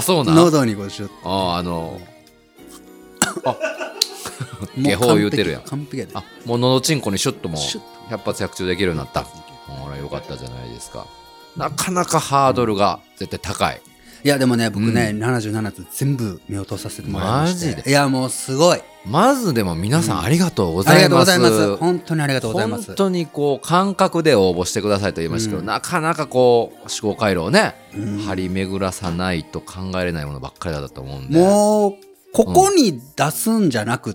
Speaker 2: そうなん。
Speaker 1: 喉にこうシュッ。
Speaker 2: 下法言うてるやん。
Speaker 1: 完璧やで。
Speaker 2: もう喉チンコにシュッともう百発百中できるようになった。ほらよかったじゃないですか。なかなかハードルが絶対高い。
Speaker 1: いやでもね僕ね、77つ全部目を通させてもらいまして。マジで。いやもうすごい。
Speaker 2: まずでも皆さんありがとうございます。
Speaker 1: ありがとうございます。本当にありがとうございます。
Speaker 2: 本当にこう感覚で応募してくださいと言いましたけど、なかなかこう思考回路をね、張り巡らさないと考えれないものばっかりだと思うんで。もう
Speaker 1: ここに出すんじゃなくって、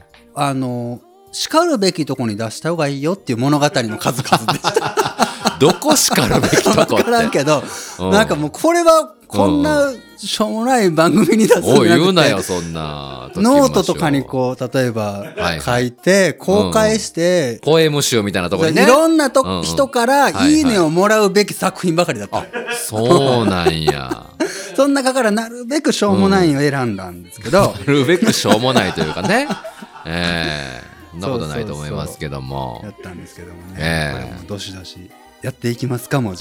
Speaker 1: 叱るべきとこに出した方がいいよっていう物語の数々でした。
Speaker 2: どこ叱るべきとこって
Speaker 1: 分からんけど、なんかもうこれはこんなしょうもない番組に出すんじゃなくて、
Speaker 2: 言うなよそんな。
Speaker 1: ノートとかにこう例えば書いて公開して、
Speaker 2: ポエム集みたいなところにね、
Speaker 1: いろんな人からいいねをもらうべき作品ばかりだった。
Speaker 2: そうなんや。
Speaker 1: その中からなるべくしょうもないを選んだんですけど、
Speaker 2: なるべくしょうもないというかね。そんなことないと思いますけども。
Speaker 1: やったんですけどもね。どしどしやっていきますかも。じゃあ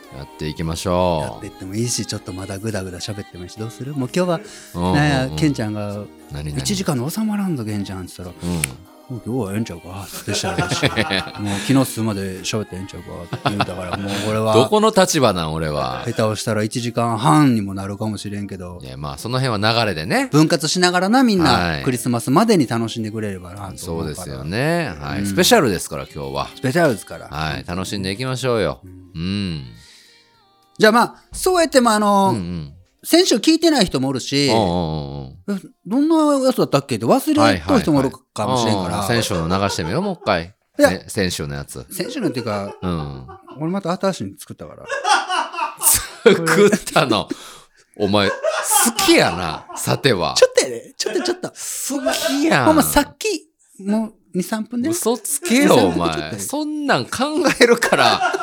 Speaker 2: やっていきまし
Speaker 1: や
Speaker 2: ょ
Speaker 1: っていってもいいし、ちょっとまだグダグダ喋ってもいいし、どうする？もう今日は
Speaker 2: う。
Speaker 1: なんやケンちゃんが
Speaker 2: 何
Speaker 1: 1時間で収まらんぞケンちゃんって言ったら、もう今日はええんちゃうかスペシャルだしもう昨日数まで喋ってええんちゃうかって言うだからもうこれは
Speaker 2: どこの立場なん俺は。
Speaker 1: 下手をしたら1時間半にもなるかもしれんけど、
Speaker 2: いやまあその辺は流れでね。
Speaker 1: 分割しながらなみん
Speaker 2: は
Speaker 1: ないクリスマスまでに楽しんでくれればなと思
Speaker 2: そうう
Speaker 1: から。
Speaker 2: ですよね。はい。スペシャルですから今日は。
Speaker 1: スペシャルですから。
Speaker 2: はい。楽しんでいきましょうよ。うん。
Speaker 1: じゃあまあそうやっても
Speaker 2: うん
Speaker 1: 先週聞いてない人もおるし、どんなやつだったっけって忘れた人もおるかもしれんから。
Speaker 2: 先週の流してみようもう一回。
Speaker 1: いや
Speaker 2: ね先週のやつ。
Speaker 1: 先週のっていうか、俺また新しいの作ったから。
Speaker 2: 作ったの。お前、好きやな、さては。
Speaker 1: ちょっとやで、ちょっと。
Speaker 2: 好きやん。
Speaker 1: ほんまさっき、もう2、3分で。
Speaker 2: 嘘つけよ、お前。そんなん考えるから、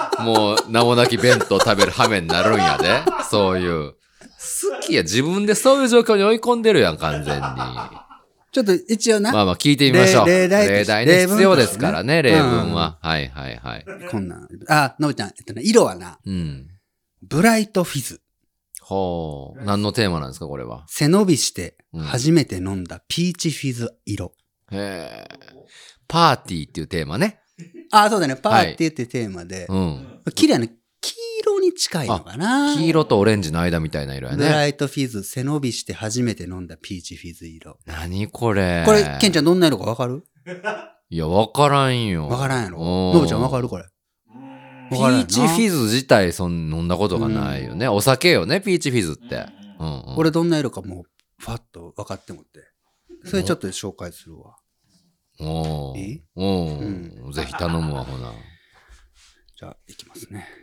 Speaker 2: もう名もなき弁当食べる羽目になるんやで。そういう。好きや、自分でそういう状況に追い込んでるやん、完全に。
Speaker 1: ちょっと一応な。
Speaker 2: まあ聞いてみましょう。
Speaker 1: 例題
Speaker 2: ね、必要ですからね、例文は。はい。
Speaker 1: こんなん。のぶちゃん、色はな、ブライトフィズ。
Speaker 2: ほう。何のテーマなんですか、これは。
Speaker 1: 背伸びして初めて飲んだピーチフィズ色。
Speaker 2: へえ。パーティーっていうテーマね。
Speaker 1: そうだね。パーティーってテーマで。綺麗な黄色に近いのかな。
Speaker 2: 黄色とオレンジの間みたいな色やね。
Speaker 1: ブライトフィズ、背伸びして初めて飲んだピーチフィズ色。
Speaker 2: 何これ。
Speaker 1: これ、ケンちゃんどんな色かわかる？
Speaker 2: いや、わからんよ。
Speaker 1: わからんやろ。のぶちゃんわかるこれ。
Speaker 2: ピーチフィズ自体飲んだことがないよね。お酒よね、ピーチフィズって。
Speaker 1: これどんな色かもう、ファッと分かってもって。それちょっと紹介するわ。いい？
Speaker 2: ぜひ頼むわ、ほな。
Speaker 1: じゃあ、いきますね。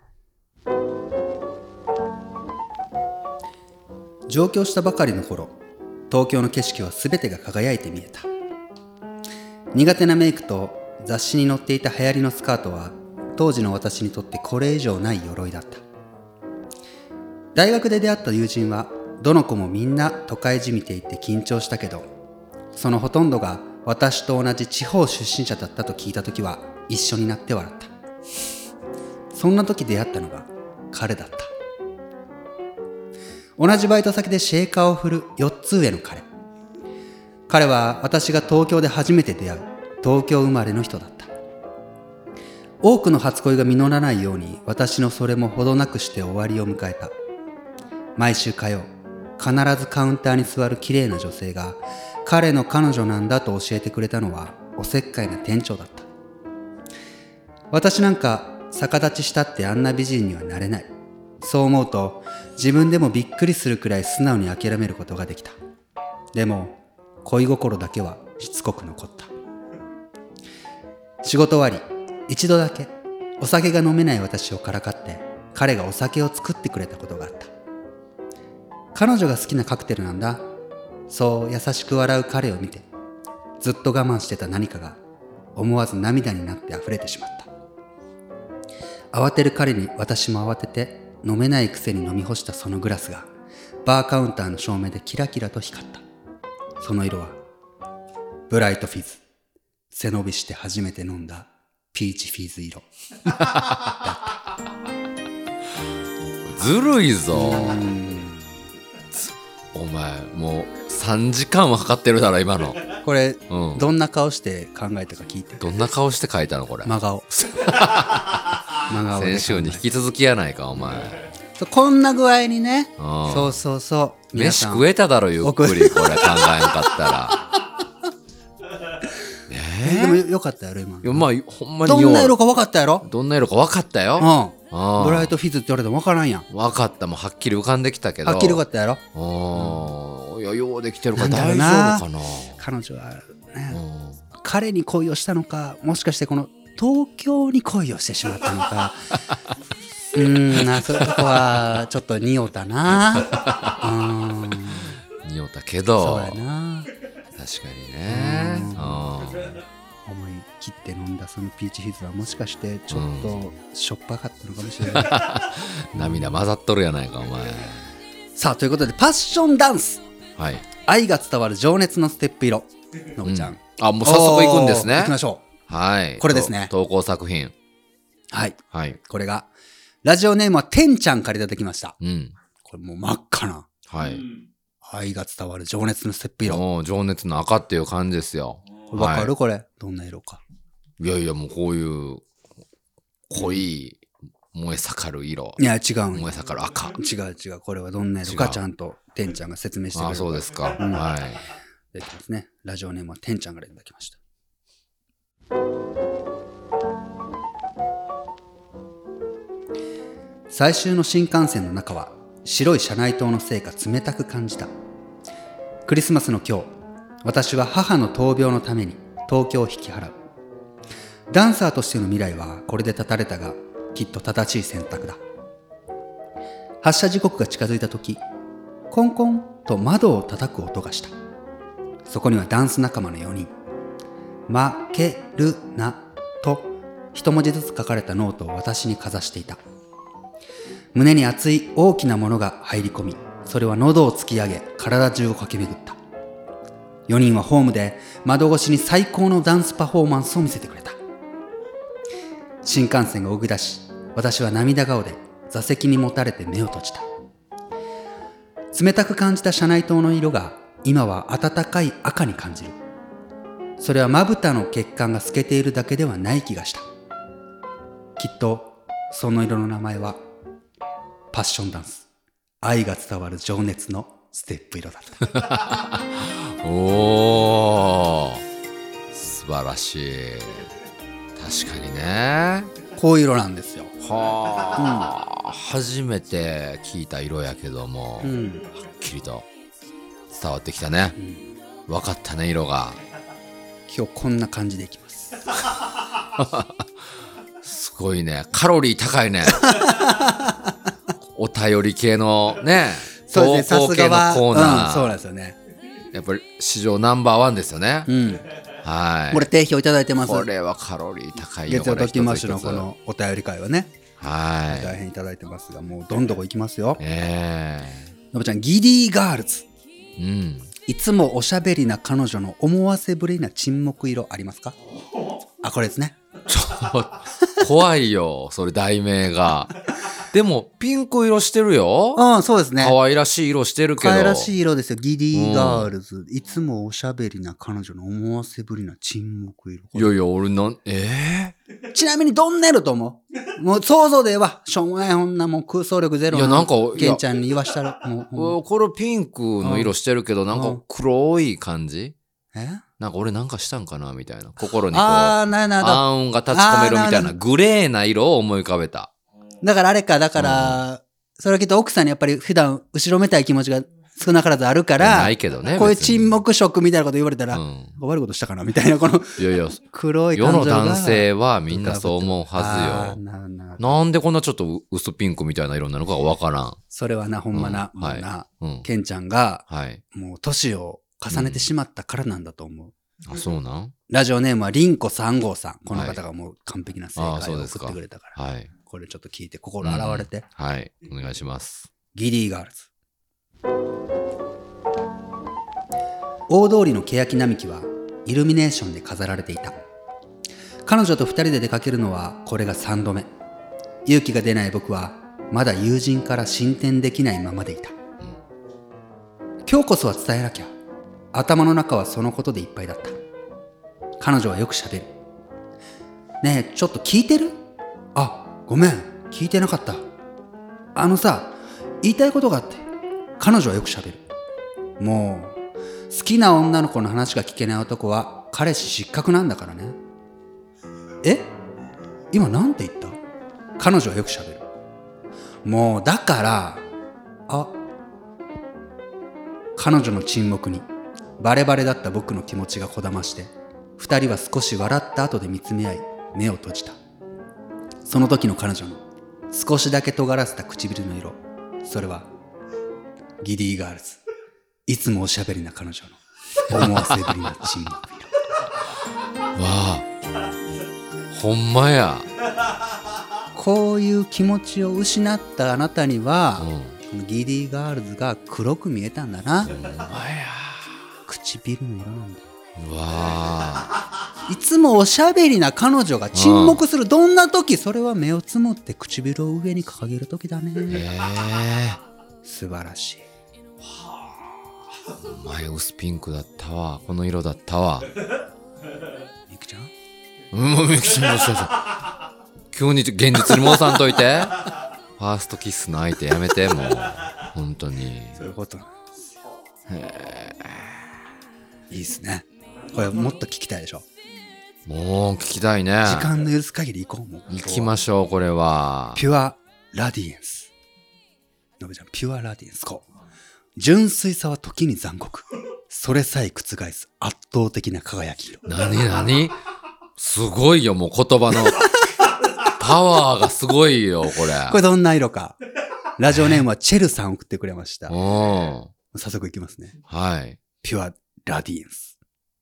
Speaker 1: 上京したばかりの頃、東京の景色は全てが輝いて見えた。苦手なメイクと雑誌に載っていた流行りのスカートは当時の私にとってこれ以上ない鎧だった。大学で出会った友人はどの子もみんな都会じみていて緊張したけど、そのほとんどが私と同じ地方出身者だったと聞いたときは一緒になって笑った。そんな時出会ったのが彼だった。同じバイト先でシェーカーを振る4つ上の彼。彼は私が東京で初めて出会う東京生まれの人だった。多くの初恋が実らないように私のそれもほどなくして終わりを迎えた。毎週火曜、必ずカウンターに座る綺麗な女性が彼の彼女なんだと教えてくれたのはおせっかいな店長だった。私なんか逆立ちしたってあんな美人にはなれない。そう思うと自分でもびっくりするくらい素直に諦めることができた。でも恋心だけはしつこく残った。仕事終わり、一度だけお酒が飲めない私をからかって彼がお酒を作ってくれたことがあった。彼女が好きなカクテルなんだ。そう優しく笑う彼を見て、ずっと我慢してた何かが思わず涙になって溢れてしまった。慌てる彼に私も慌てて飲めないくせに飲み干したそのグラスがバーカウンターの照明でキラキラと光った。その色はブライトフィズ、背伸びして初めて飲んだピーチフィズ色
Speaker 2: ずるいぞ。お前もう3時間はかかってるだろ今の。
Speaker 1: これ、どんな顔して考えたか聞いて。
Speaker 2: どんな顔して書いたのこれ。
Speaker 1: 真顔
Speaker 2: 先週に引き続きやないかお前。
Speaker 1: こんな具合にね。そう
Speaker 2: 飯食えただろゆっくりこれ考えんかったら。
Speaker 1: でもよかったやろ今。
Speaker 2: まあほんまに
Speaker 1: どんな色か分かったやろ。
Speaker 2: どんな色か分かったよ。
Speaker 1: ブライトフィズって言われても分からんやん。
Speaker 2: 分かった、もうはっきり浮かんできたけど。
Speaker 1: はっきり分かったやろ。
Speaker 2: いやようできてるから大丈夫かな。
Speaker 1: 彼女はね、彼に恋をしたのか、もしかしてこの東京に恋をしてしまったのか。そういうとこはちょっと匂ったな。
Speaker 2: 匂ったけど。
Speaker 1: そうやな。
Speaker 2: 確かにね。
Speaker 1: 思い切って飲んだそのピーチフィズはもしかしてちょっとしょっぱかったのかもしれない。
Speaker 2: 涙混ざっとるやないかお前。
Speaker 1: さあということでパッションダンス、愛が伝わる情熱のステップ色、のぶちゃん、
Speaker 2: もう早速行くんですね。
Speaker 1: 行きましょ
Speaker 2: う。はい、
Speaker 1: これですね。
Speaker 2: 投稿作品。
Speaker 1: はい、これがラジオネームはてんちゃんからいただきました。
Speaker 2: うん。
Speaker 1: これもう真っ赤な。
Speaker 2: はい。
Speaker 1: 愛が伝わる情熱のステップ色。
Speaker 2: もう情熱の赤っていう感じですよ。
Speaker 1: わかる、はい、これ。どんな色か。
Speaker 2: いやいや、もうこういう濃い燃え盛る色。
Speaker 1: いや、違う。
Speaker 2: 燃え盛る赤。
Speaker 1: 違う。これはどんな色かちゃんとてんちゃんが説明してくれる。
Speaker 2: あ、そうですか。うん、はい。
Speaker 1: できますね。ラジオネームはてんちゃんからいただきました。最終の新幹線の中は白い車内灯のせいか冷たく感じた。クリスマスの今日、私は母の闘病のために東京を引き払う。ダンサーとしての未来はこれで絶たれたが、きっと正しい選択だ。発車時刻が近づいた時、コンコンと窓を叩く音がした。そこにはダンス仲間の4人。負けるなと一文字ずつ書かれたノートを私にかざしていた。胸に熱い大きなものが入り込み、それは喉を突き上げ、体中を駆け巡った。4人はホームで窓越しに最高のダンスパフォーマンスを見せてくれた。新幹線が動き出し、私は涙顔で座席にもたれて目を閉じた。冷たく感じた車内灯の色が今は暖かい赤に感じる。それはまぶたの血管が透けているだけではない気がした。きっとその色の名前はパッションダンス、愛が伝わる情熱のステップ色だった。
Speaker 2: おー、素晴らしい。確かにね、
Speaker 1: こういう色なんですよ。
Speaker 2: はあ、初めて聞いた色やけども、はっきりと伝わってきたね。分かったね、色が。
Speaker 1: 今日こんな感じでいきます。
Speaker 2: すごいね、カロリー高いね。お便り系のね、投稿系のコーナー、
Speaker 1: そうなんですよね。
Speaker 2: やっぱり史上ナンバー1ですよね。はい。
Speaker 1: これ定評いただいてます。
Speaker 2: これはカロリー高いよ。
Speaker 1: 月曜ときましのこのお便り会はね、
Speaker 2: はい。
Speaker 1: 大変いただいてますが、もうどんどんいきますよ。のぶちゃん、ギディガールズ。いつもおしゃべりな彼女の思わせぶりな沈黙色ありますか？あ、これですね。
Speaker 2: 怖いよ、それ題名が。でもピンク色してるよ。
Speaker 1: そうですね。
Speaker 2: 可愛らしい色してるけど。
Speaker 1: 可愛らしい色ですよ。ギディガールズ、いつもおしゃべりな彼女の思わせぶりな沈黙色。
Speaker 2: いやいや、俺
Speaker 1: ちなみにどんな色と思う？もう想像でええわ。しょうもない、こんなもう空想力ゼロ。いや、なんかケンちゃんに言わしたら
Speaker 2: もうこれピンクの色してるけど、なんか黒い感じ。なんか俺なんかしたんかなみたいな。心にこう暗雲が立ち込めるみたいなグレーな色を思い浮かべた。
Speaker 1: だからあれか、それはきっと奥さんにやっぱり普段後ろめたい気持ちが少なからずあるから、
Speaker 2: ないけどね、
Speaker 1: こういう沈黙色みたいなこと言われたら、悪いことしたかなみたいな、この黒い感情が。
Speaker 2: 世の男性はみんなそう思うはずよ。なんでこんなちょっと薄ピンクみたいな色なのかわからん。
Speaker 1: それはな、ほんまな、もうな、ケンちゃんが、もう年を重ねてしまったからなんだと思う。
Speaker 2: あ、そうなん？
Speaker 1: ラジオネームはリンコ3号さん。この方がもう完璧な正解を送ってくれたから。これちょっと聞いて心洗われて。
Speaker 2: はい、お願いします。
Speaker 1: ギディガールズ。大通りの欅並木はイルミネーションで飾られていた。彼女と2人で出かけるのはこれが3度目。勇気が出ない僕はまだ友人から進展できないままでいた。今日こそは伝えなきゃ。頭の中はそのことでいっぱいだった。彼女はよく喋る。ねえ、ちょっと聞いてる？あ、ごめん、聞いてなかった。さ、言いたいことがあって。彼女はよく喋る。もう、好きな女の子の話が聞けない男は彼氏失格なんだからね。え？今なんて言った？彼女はよく喋る。もう、だから、彼女の沈黙にバレバレだった僕の気持ちがこだまして、二人は少し笑った後で見つめ合い目を閉じた。その時の彼女の少しだけ尖らせた唇の色、それはギディガールズ、いつもおしゃべりな彼女の思わせぶりな沈黙色。
Speaker 2: わあ、ほんまや。
Speaker 1: こういう気持ちを失ったあなたには、ギディガールズが黒く見えたんだな。
Speaker 2: ほんまや。
Speaker 1: 唇の色なんだよ。
Speaker 2: うわあ、
Speaker 1: いつもおしゃべりな彼女が沈黙する、どんな時？それは目をつむって唇を上に掲げる時だね。素晴らしい。
Speaker 2: お前薄ピンクだったわ、この色だったわ。
Speaker 1: みくちゃん、
Speaker 2: みくちゃん急に現実に戻さんといて。ファーストキスの相手やめて、もう本当に。
Speaker 1: そういうことなんですよ。いいっすね。これもっと聞きたいでしょ。
Speaker 2: もう聞きたいね。
Speaker 1: 時間の許す限り行こう。もう
Speaker 2: 行きましょう。これは
Speaker 1: ピュアラディエンス。のぶちゃん、ピュアラディエンス。こう、純粋さは時に残酷、それさえ覆す圧倒的な輝き色。
Speaker 2: 何すごいよ、もう言葉のパワーがすごいよ、これ。
Speaker 1: これどんな色か。ラジオネームはチェルさん送ってくれました。
Speaker 2: 早
Speaker 1: 速いきますね。
Speaker 2: はい。
Speaker 1: ピュアラディエンス。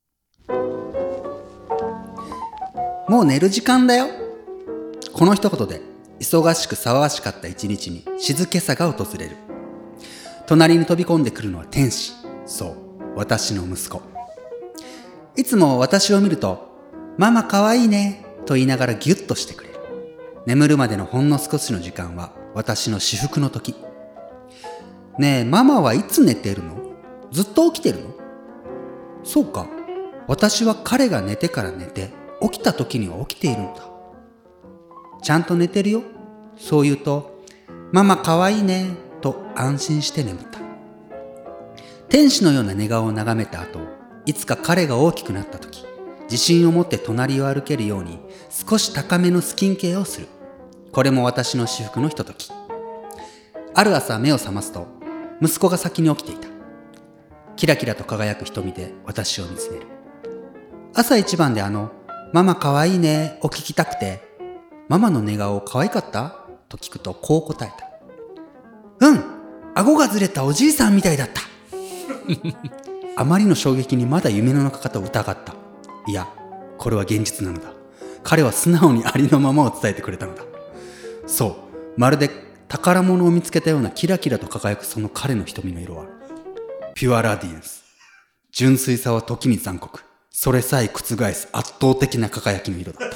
Speaker 1: もう寝る時間だよ。この一言で忙しく騒がしかった一日に静けさが訪れる。隣に飛び込んでくるのは天使。そう、私の息子。いつも私を見ると、ママ可愛いねと言いながらギュッとしてくれる。眠るまでのほんの少しの時間は私の至福の時。ねえ、ママはいつ寝てるの？ずっと起きてるの？そうか、私は彼が寝てから寝て、起きた時には起きているんだ。ちゃんと寝てるよ。そう言うと、ママ可愛いねと安心して眠った。天使のような寝顔を眺めた後、いつか彼が大きくなった時、自信を持って隣を歩けるように少し高めのスキンケアをする。これも私の至福のひととき。ある朝目を覚ますと、息子が先に起きていた。キラキラと輝く瞳で私を見つめる。朝一番でママ可愛いねを聞きたくて、ママの寝顔可愛かったと聞くとこう答えた。うん、顎がずれたおじいさんみたいだった。あまりの衝撃にまだ夢の中かと疑った。いや、これは現実なのだ。彼は素直にありのままを伝えてくれたのだ。そう、まるで宝物を見つけたようなキラキラと輝くその彼の瞳の色はピュアラディエンス。純粋さは時に残酷、それさえ覆す圧倒的な輝きの色だった。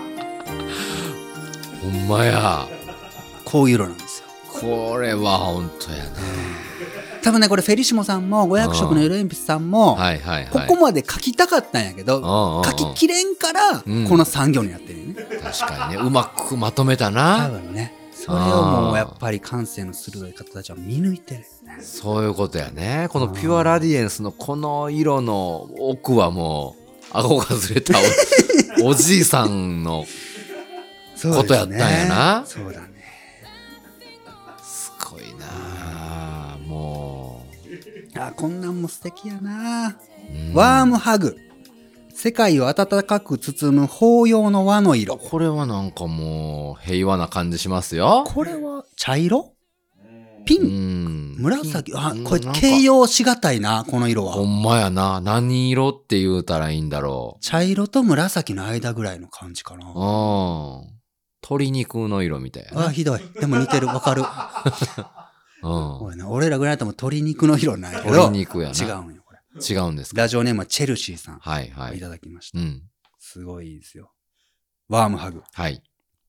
Speaker 2: ほんまや。
Speaker 1: こういう色なんですよ。
Speaker 2: これは本当やね。
Speaker 1: 多分ね、これフェリシモさんも500色の色鉛筆さんもここまで書きたかったんやけど、書ききれんからこの産業になってるよね。
Speaker 2: 確かにね、うまくまとめたな。
Speaker 1: 多分ね、それをもうやっぱり感性の鋭い方たちは見抜いてるよね。
Speaker 2: そういうことやね。このピュアラディエンスのこの色の奥はもう顎がずれた おじいさんのことやったんやな。
Speaker 1: そうだね。
Speaker 2: すごいな。も
Speaker 1: うこんなんも素敵やな。ワームハグ、世界を温かく包む抱擁の輪の色。
Speaker 2: これはなんかもう平和な感じしますよ。
Speaker 1: これは茶色、ピンク、紫。これ形容しがたいな、この色は。
Speaker 2: ほんまやな。何色って言うたらいいんだろう。
Speaker 1: 茶色と紫の間ぐらいの感じかな。
Speaker 2: 鶏肉の色みたいな。
Speaker 1: ひどい。でも似てる。わかる。俺らぐらいだとも鶏肉の色ないけど。
Speaker 2: 鶏肉やな。
Speaker 1: 違うんよ、これ。
Speaker 2: 違うんですか。
Speaker 1: ラジオネームはチェルシーさん。
Speaker 2: はいはい。
Speaker 1: いただきました。すごいですよ。ワームハグ。
Speaker 2: はい。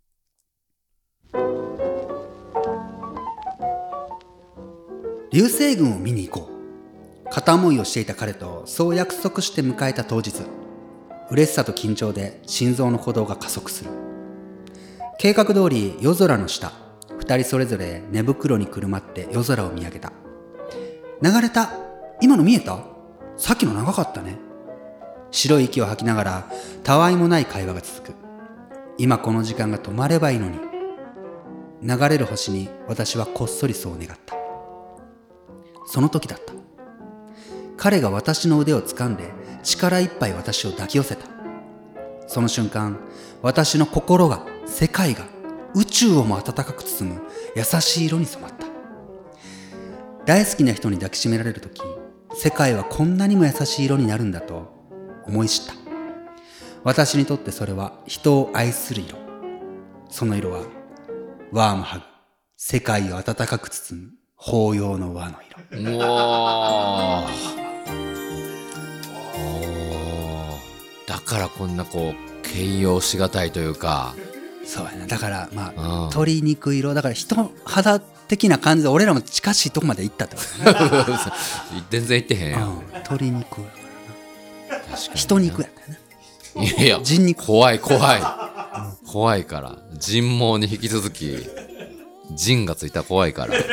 Speaker 1: 流星群を見に行こう。片思いをしていた彼とそう約束して迎えた当日、嬉しさと緊張で心臓の鼓動が加速する。計画通り夜空の下、二人それぞれ寝袋にくるまって夜空を見上げた。流れた。今の見えた？さっきの長かったね。白い息を吐きながらたわいもない会話が続く。今この時間が止まればいいのに。流れる星に私はこっそりそう願った。その時だった。彼が私の腕を掴んで力いっぱい私を抱き寄せた。その瞬間、私の心が、世界が、宇宙をも温かく包む優しい色に染まった。大好きな人に抱きしめられる時、世界はこんなにも優しい色になるんだと思い知った。私にとってそれは人を愛する色。その色はワームハグ、世界を温かく包む抱擁の輪の色。
Speaker 2: からこんなこう形容しがたいというか、
Speaker 1: そうやな。だからまあ、鶏肉色だから人肌的な感じで俺らも近しいとこまで行ったってことね
Speaker 2: 全然言ってへんやん、
Speaker 1: 鶏肉やからな。確かに人肉やったよ
Speaker 2: な。いや
Speaker 1: 人肉
Speaker 2: 怖い怖いから人毛に引き続き人がついたら怖いから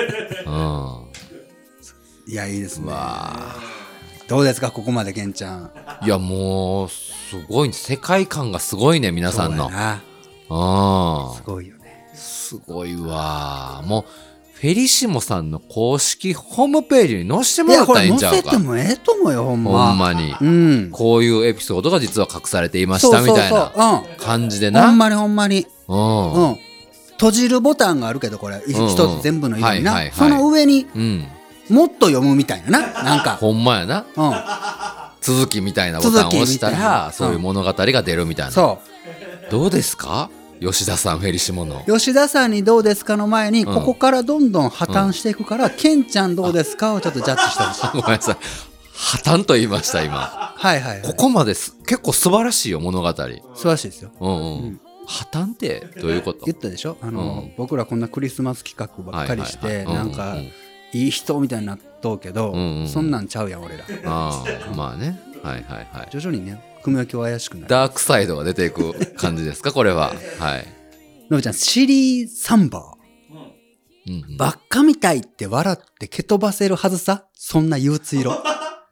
Speaker 1: いやいいですね。どうですかここまでケンちゃん。
Speaker 2: いやもうすごい世界観がすごいね皆さんの。
Speaker 1: すごいよね。
Speaker 2: すごいわ。もうフェリシモさんの公式ホームページに載せてもらったらいいんちゃうか。
Speaker 1: 載せてもええと思うよほんま
Speaker 2: に、こういうエピソードが実は隠されていましたみたいな感じでな。
Speaker 1: ほんまに閉じるボタンがあるけどこれ一つ全部の色にな、その上にもっと読むみたいななんか
Speaker 2: ほんまやな、続きみたいなボタンを押したらそういう物語が出るみたいな。そうどうですか吉田さんフェリシモの
Speaker 1: 吉田さんにどうですかの前に、ここからどんどん破綻していくから、ケンちゃんどうですかをちょっとジャッジしてほしい。
Speaker 2: ごめんなさい、破綻と言いました今。ここまです結構素晴らしいよ物語。素
Speaker 1: 晴らしいですよ。
Speaker 2: 破綻ってどういうこと？
Speaker 1: 言ったでしょ僕らこんなクリスマス企画ばっかりしてなんかいい人みたいになっとうけど、そんなんちゃうやん俺ら。
Speaker 2: まあね、
Speaker 1: 徐々にね組み分けは怪しくなる。
Speaker 2: ダークサイドが出ていく感じですかこれは。
Speaker 1: のぶちゃんシリーサンバー、ばっかみたいって笑って蹴飛ばせるはずさ。そんな憂鬱色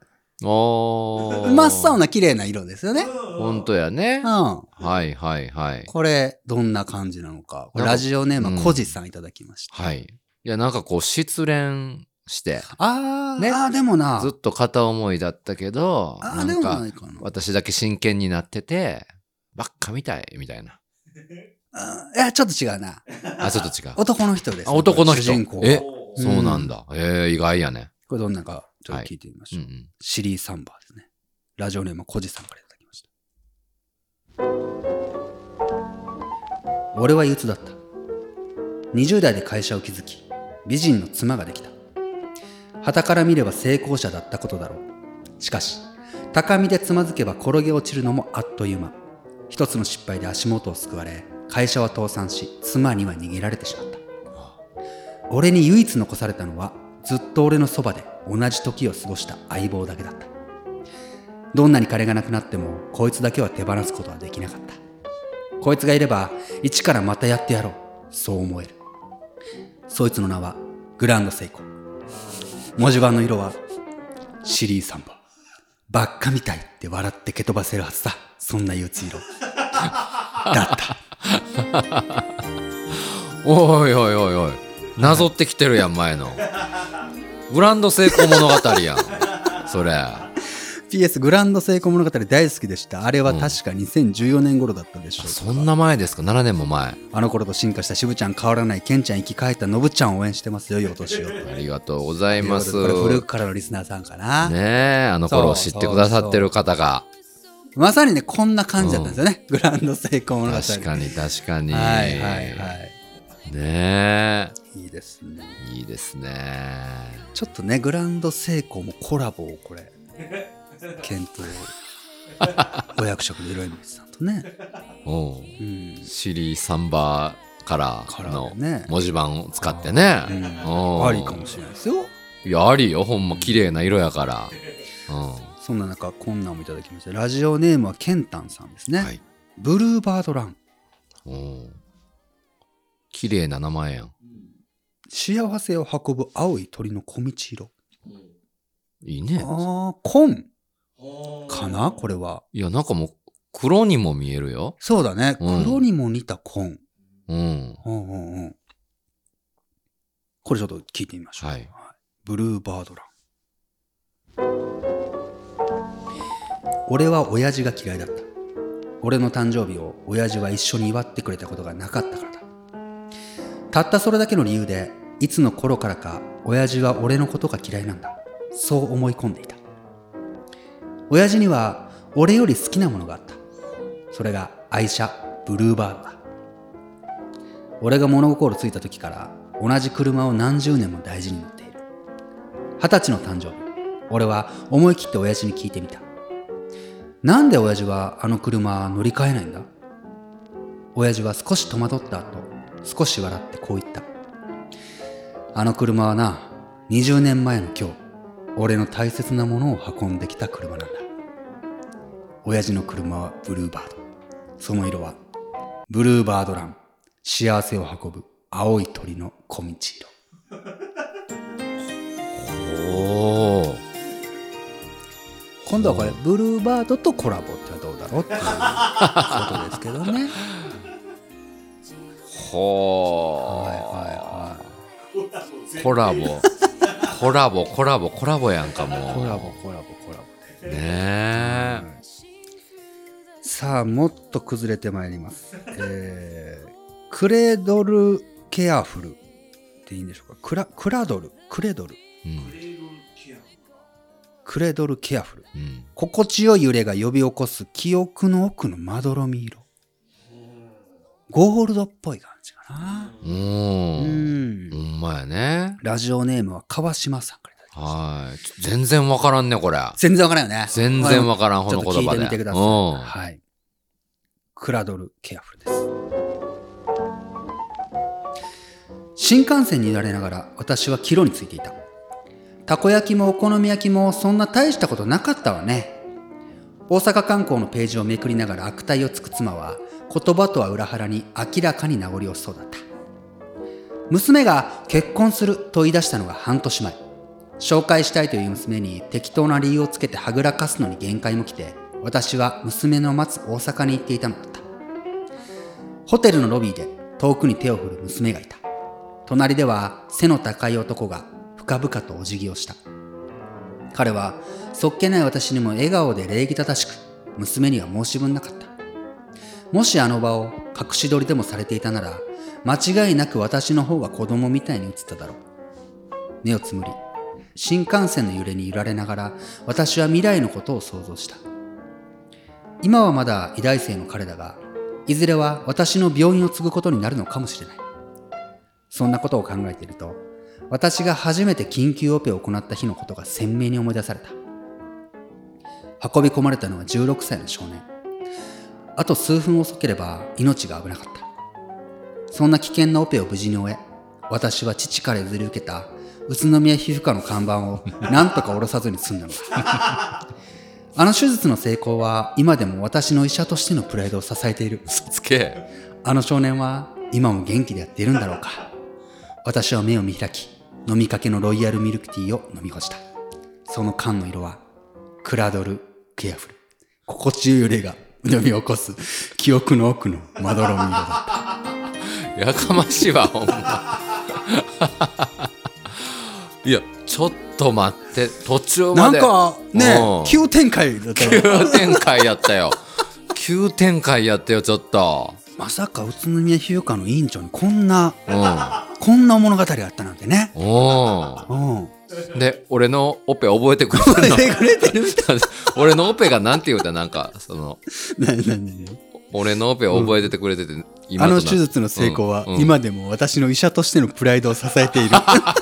Speaker 1: 真っ青な綺麗な色ですよね。
Speaker 2: 本当やね。
Speaker 1: これどんな感じなのか。ラジオネームはコジさんいただきました。
Speaker 2: いやなんかこう失恋して
Speaker 1: でもな
Speaker 2: ずっと片思いだったけどなんか私だけ真剣になっててばっかみたいみたいな。
Speaker 1: いやちょっと違うな。
Speaker 2: ちょっと違う。
Speaker 1: 男の人です。
Speaker 2: 男の人。そうなんだ。意外やね。
Speaker 1: これどんなかちょっと聞いてみましょう。シリーサンバーですね。ラジオネームコジさんからいただきました。俺は憂鬱だった。20代で会社を築き美人の妻ができた。傍から見れば成功者だったことだろう。しかし高みでつまずけば転げ落ちるのもあっという間。一つの失敗で足元をすくわれ会社は倒産し妻には逃げられてしまった。俺に唯一残されたのはずっと俺のそばで同じ時を過ごした相棒だけだった。どんなに彼が亡くなってもこいつだけは手放すことはできなかった。こいつがいれば一からまたやってやろう、そう思える。そいつの名はグランドセイコー。文字盤の色はシリーサンバー。ばっかみたいって笑って蹴飛ばせるはずだ。そんな憂鬱色だった
Speaker 2: おいなぞってきてるやん前のグランド成功物語やんそれ。
Speaker 1: PS グランド成功物語大好きでした。あれは確か2014年頃だったでしょう。
Speaker 2: そんな前ですか。7年も前。
Speaker 1: あの頃と進化した渋ちゃん変わらない、ケンちゃん生き返ったノブちゃんを応援してますよ。いいお年を。
Speaker 2: ありがとうございます。
Speaker 1: これ古くからのリスナーさんかな。
Speaker 2: ねえ、あの頃を知ってくださってる方が
Speaker 1: まさにねこんな感じだったんですよね、グランド成功物語。
Speaker 2: 確かにね
Speaker 1: え、いいですね。
Speaker 2: いいですね。
Speaker 1: ちょっとねグランド成功もコラボをこれ検討お役職の色井さんとね
Speaker 2: シリーサンバーカラーの文字盤を使ってね、
Speaker 1: ありかもしれないですよ。
Speaker 2: いやありよ、ほんま綺麗な色やから。
Speaker 1: そんな中こんなんもいただきました。ラジオネームはケンタンさんですね。ブルーバードラン。
Speaker 2: 綺麗な名前やん。
Speaker 1: 幸せを運ぶ青い鳥の小道色。
Speaker 2: いいね。
Speaker 1: 紺かなこれは。
Speaker 2: いやなんかもう黒にも見えるよ。
Speaker 1: そうだね、黒にも似た紺。これちょっと聞いてみましょう。ブルーバードラン。俺は親父が嫌いだった。俺の誕生日を親父は一緒に祝ってくれたことがなかったからだ。たったそれだけの理由でいつの頃からか親父は俺のことが嫌いなんだ、そう思い込んでいた。親父には俺より好きなものがあった。それが愛車ブルーバードだ。俺が物心ついた時から同じ車を何十年も大事に乗っている。20歳の誕生日、俺は思い切って親父に聞いてみた。 なんで親父はあの車乗り換えないんだ？親父は少し戸惑った後、少し笑ってこう言った。あの車はな、20年前の今日、俺の大切なものを運んできた車なんだ。親父の車はブルーバード。その色はブルーバードラン。幸せを運ぶ青い鳥の小道色。
Speaker 2: おー。
Speaker 1: 今度はこれブルーバードとコラボってのはどうだろうっていうことですけどね。
Speaker 2: ほー。
Speaker 1: はいはい。
Speaker 2: コラボやんかもう。
Speaker 1: コラボ
Speaker 2: ねえ。
Speaker 1: さあもっと崩れてまいります。クレドルケアフルっていいんでしょうか。クレドル、うん、クレドルケアフル、うん、心地よい揺れが呼び起こす記憶の奥のまどろみ色。ゴールドっぽい感じかな。
Speaker 2: ほんまやね。
Speaker 1: ラジオネームは川島さんからいただきました。
Speaker 2: はい。全然わからんねこれ。
Speaker 1: 全然わからんよね。
Speaker 2: 全然わからんこの言葉で。
Speaker 1: ちょっと聞いてみてください。はい。クラドルケアフルです。新幹線に揺られながら私は帰路についていた。たこ焼きもお好み焼きもそんな大したことなかったわね。大阪観光のページをめくりながら悪態をつく妻は言葉とは裏腹に明らかに名残惜しそうだった。娘が結婚すると言い出したのが半年前。紹介したいという娘に適当な理由をつけてはぐらかすのに限界も来て、私は娘の待つ大阪に行っていたのだった。ホテルのロビーで遠くに手を振る娘がいた。隣では背の高い男が深々とお辞儀をした。彼はそっけない私にも笑顔で礼儀正しく、娘には申し分なかった。もしあの場を隠し撮りでもされていたなら、間違いなく私の方が子供みたいに映っただろう。目をつむり、新幹線の揺れに揺られながら私は未来のことを想像した。今はまだ医大生の彼だが、いずれは私の病院を継ぐことになるのかもしれない。そんなことを考えていると、私が初めて緊急オペを行った日のことが鮮明に思い出された。運び込まれたのは16歳の少年。あと数分遅ければ命が危なかった。そんな危険なオペを無事に終え、私は父から譲り受けた宇都宮皮膚科の看板を何とか下ろさずに済んだのだ。あの手術の成功は今でも私の医者としてのプライドを支えている。
Speaker 2: 嘘つけ。
Speaker 1: あの少年は今も元気でやっているんだろうか。私は目を見開き、飲みかけのロイヤルミルクティーを飲み干した。その缶の色はクラドルケアフル。心地よい揺れが呼び起こす記憶の奥のまどろみ色だった。
Speaker 2: やかましいわほんま。いやちょっと待って、途中まで
Speaker 1: なんかね、急展開だったよ。
Speaker 2: 急展開やったよ。急展開やったよちょっと。
Speaker 1: まさか宇都宮皮膚科の院長にこんな物語があったなんてね。
Speaker 2: で俺のオペ覚えてくれてるの？覚えてくれてる俺のオペがなんて言うた、なんかその俺のオペを覚えててくれてて、
Speaker 1: 今あの手術の成功は今でも私の医者としてのプライドを支えている。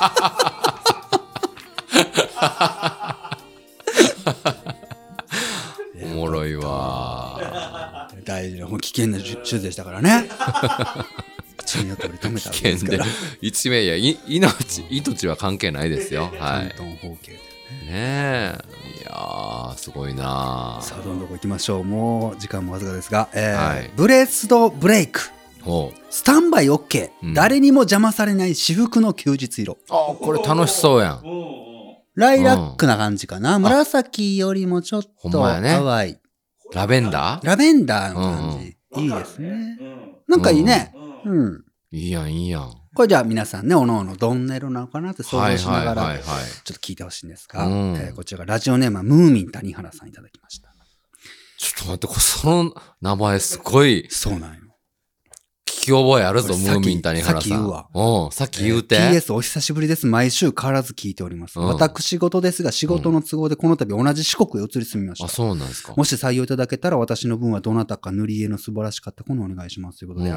Speaker 2: おもろいわ。
Speaker 1: 大事な危険な手術でしたからね。血によって止めたわけですから。
Speaker 2: 一命や命は関係ないですよ。はい。ねえ、いやーすごいな。
Speaker 1: さあどんどん行きましょう。もう時間もわずかですが、はい、ブレスドブレイク。スタンバイ OK、誰にも邪魔されない至福の休日色。
Speaker 2: あ、これ楽しそうやん。
Speaker 1: ライラックな感じかな。紫よりもちょっと淡い。
Speaker 2: ラベンダー？
Speaker 1: ラベンダーの感じ。いいですね。なんかいいね。
Speaker 2: いいやんいいやん。
Speaker 1: これじゃあ皆さんね、おのおのどんな色なのかなって想像しながらちょっと聞いてほしいんですが、こちらがラジオネームはムーミン谷原さんいただきました。
Speaker 2: ちょっと待って、その名前すごい。
Speaker 1: そうなんよ。
Speaker 2: 聞き覚えあるぞ、ムーミン谷原さん。
Speaker 1: さっき言うわ。
Speaker 2: さっき言うて。
Speaker 1: PS お久しぶりです。毎週変わらず聞いております。私事ですが、仕事の都合でこの度同じ四国へ移り住みました。
Speaker 2: あ、そうなんですか。
Speaker 1: もし採用いただけたら、私の分はどなたか塗り絵の素晴らしかったものをお願いしますということで、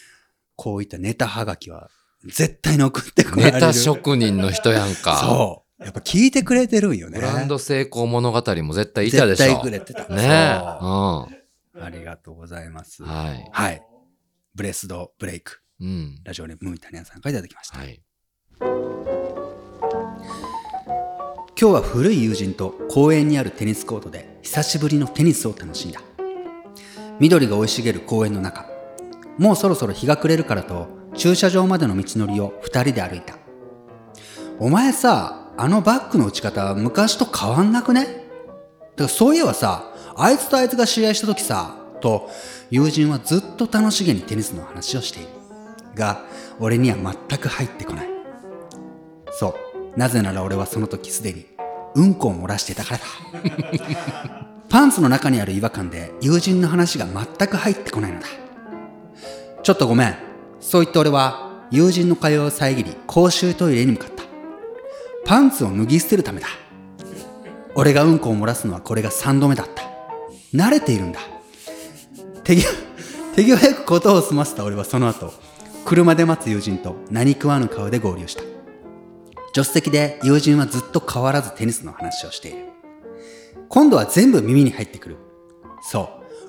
Speaker 1: こういったネタはがきは絶対に送ってこられる。
Speaker 2: ネタ職人の人やんか。
Speaker 1: そやっぱ聞いてくれてるんよね。
Speaker 2: ブランド成功物語も絶対いたでしょ。
Speaker 1: 絶対くれてた。
Speaker 2: ねえ。
Speaker 1: ありがとうございます。
Speaker 2: はい。
Speaker 1: はい。ブレスドブレイク。
Speaker 2: うん。
Speaker 1: ラジオネームムミタニアさんからいただきました。はい。今日は古い友人と公園にあるテニスコートで久しぶりのテニスを楽しんだ。緑が生い茂る公園の中。もうそろそろ日が暮れるからと駐車場までの道のりを2人で歩いた。お前さ、あのバックの打ち方昔と変わんなくね？てかそういえばさ、あいつとあいつが試合した時さ、と友人はずっと楽しげにテニスの話をしている。が、俺には全く入ってこない。そう、なぜなら俺はその時すでにうんこを漏らしてたからだ。パンツの中にある違和感で友人の話が全く入ってこないのだ。ちょっとごめん。そう言って俺は友人の会話を遮り公衆トイレに向かった。パンツを脱ぎ捨てるためだ。俺がうんこを漏らすのはこれが3度目だった。慣れているんだ。手際よくことを済ませた俺はその後、車で待つ友人と何食わぬ顔で合流した。助手席で友人はずっと変わらずテニスの話をしている。今度は全部耳に入ってくる。そう、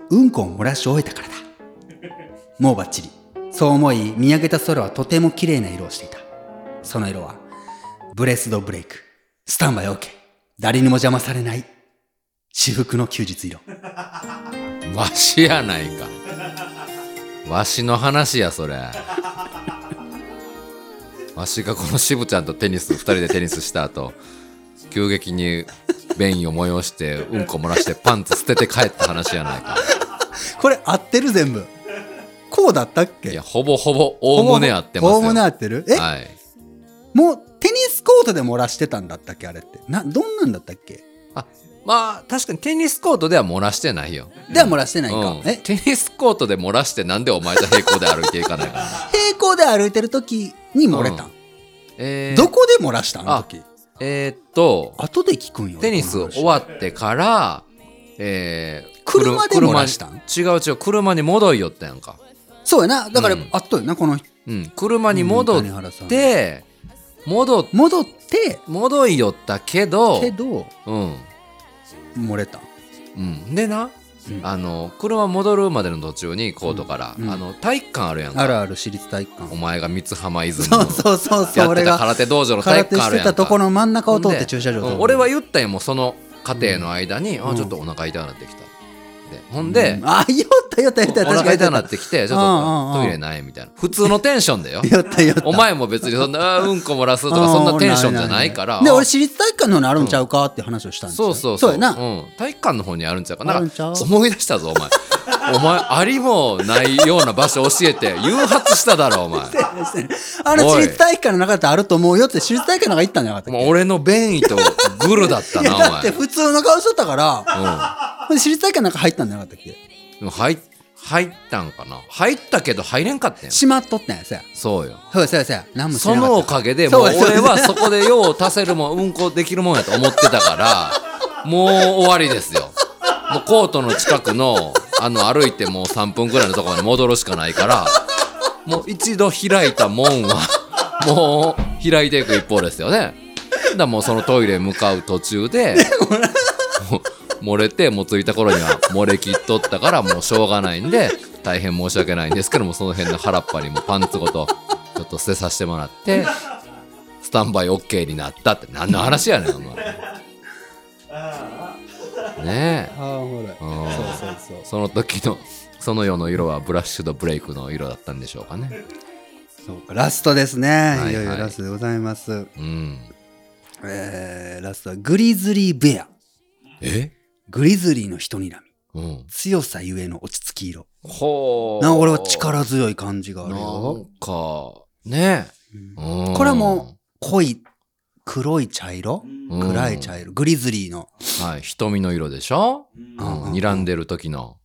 Speaker 1: うんこを漏らし終えたからだ。もうバッチリ。そう思い、見上げた空はとても綺麗な色をしていた。その色はブレスドブレイク。スタンバイ OK。誰にも邪魔されない至福の休日色。
Speaker 2: わしやないか。わしの話やそれ。わしがこの渋ちゃんと2人でテニスした後、急激に便意を催してうんこ漏らしてパンツ捨てて帰った話やないか。
Speaker 1: これ合ってる全部。こうだったっけ？
Speaker 2: いや、ほぼおおむね合ってますよ。
Speaker 1: おおむね合ってる？
Speaker 2: はい。
Speaker 1: もうテニスコートで漏らしてたんだったっけあれって。どんなんだったっけ？
Speaker 2: まあ確かにテニスコートでは漏らしてないよ。
Speaker 1: では漏らしてないか。
Speaker 2: テニスコートで漏らしてなんでお前と平行で歩いていかないかな。
Speaker 1: 平行で歩いてる時に漏れたん。どこで漏らしたんあの時。後で聞くんよ。
Speaker 2: テニス終わってから、
Speaker 1: 車で漏らしたん？
Speaker 2: 違う車に戻いよったやんか。
Speaker 1: そうやな。だから、あっとよな、この人。
Speaker 2: 車に戻って、戻いよったけど、
Speaker 1: 漏れた。
Speaker 2: でな、車戻るまでの途中にコートから、体育館あるやんか。
Speaker 1: あるある、私立体育館。
Speaker 2: お前が三浜イズムの
Speaker 1: そう
Speaker 2: やってた空手道場の体育館あるやんか。
Speaker 1: 空手してたとこの真ん中を通って駐車場。
Speaker 2: 俺は言ったよ、もうその過程の間に、ちょっとお腹痛くなってきた。ほんで、
Speaker 1: 言った
Speaker 2: お腹痛くなってきて、ちょっとトイレないみたいな。普通のテンションだよ。お前も別にそんなうんこ漏らすとかそんなテンションじゃないから。
Speaker 1: で、俺私立体育館の方にあるんちゃうかって話をしたんですよ。
Speaker 2: そう
Speaker 1: やな。
Speaker 2: 体育館の方にあるんちゃうか。なんか思い出したぞお前。お前ありもないような場所教えて誘発しただろお前。
Speaker 1: 私立体育館の中ってあると思うよって私立体育館の中行ったんじゃなかったっけ？
Speaker 2: 俺の便意とグルだったなお前。
Speaker 1: だって普通の顔しとったから、私立体育館の中入ったんじゃなかったっけ？
Speaker 2: 入ったんかな。入ったけど入れんかったんや。
Speaker 1: 閉まっとったんや。
Speaker 2: そうよ。
Speaker 1: そうや。何もしなかった。
Speaker 2: そのおかげでもう俺はそこで用を足せるもんうんこできるもんやと思ってたからもう終わりですよ。もうコートの近くの歩いてもう3分くらいのところまで戻るしかないからもう一度開いた門はもう開いていく一方ですよね。だもうそのトイレ向かう途中で漏れてもう着いた頃には漏れきっとったからもうしょうがないんで大変申し訳ないんですけども、その辺の腹っぱにもパンツごとちょっと捨てさせてもらってスタンバイ OK になったって何の話やねんお前。ねえ。そう。その時のその世の色はブラッシュドブレイクの色だったんでしょうかね。
Speaker 1: そうか、ラストですね。いよいよラストでございます。ラストはグリズリーベア。グリズリーの人にらみ、強さゆえの落ち着き色。俺は力強い感じがあるよ。
Speaker 2: なんかね、
Speaker 1: これはもう濃い黒い茶色、暗い茶色、グリズリーの、
Speaker 2: 瞳の色でしょ。睨んでる時の。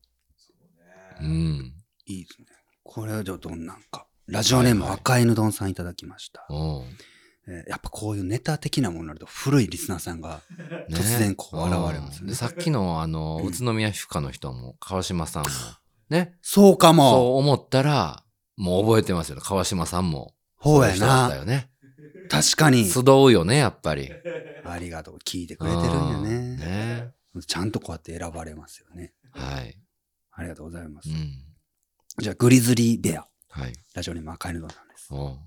Speaker 1: いいですね。これはじゃあどんなんか。ラジオネーム赤犬丼さんいただきました。やっぱこういうネタ的なものになると古いリスナーさんが突然こう現れますね。
Speaker 2: でさっきの宇都宮皮膚科の人も川島さんもね、
Speaker 1: そうかも。
Speaker 2: そう思ったらもう覚えてますよ。川島さんも
Speaker 1: そうやな。
Speaker 2: だよね。
Speaker 1: 確かに。
Speaker 2: 集うよね、やっぱり。
Speaker 1: ありがとう。聞いてくれてるんよね。
Speaker 2: ね。
Speaker 1: ちゃんとこうやって選ばれますよね。
Speaker 2: はい。
Speaker 1: ありがとうございます。
Speaker 2: うん、
Speaker 1: じゃあ、グリズリーベア。
Speaker 2: はい。
Speaker 1: ラジオネーム赤いのどなんです。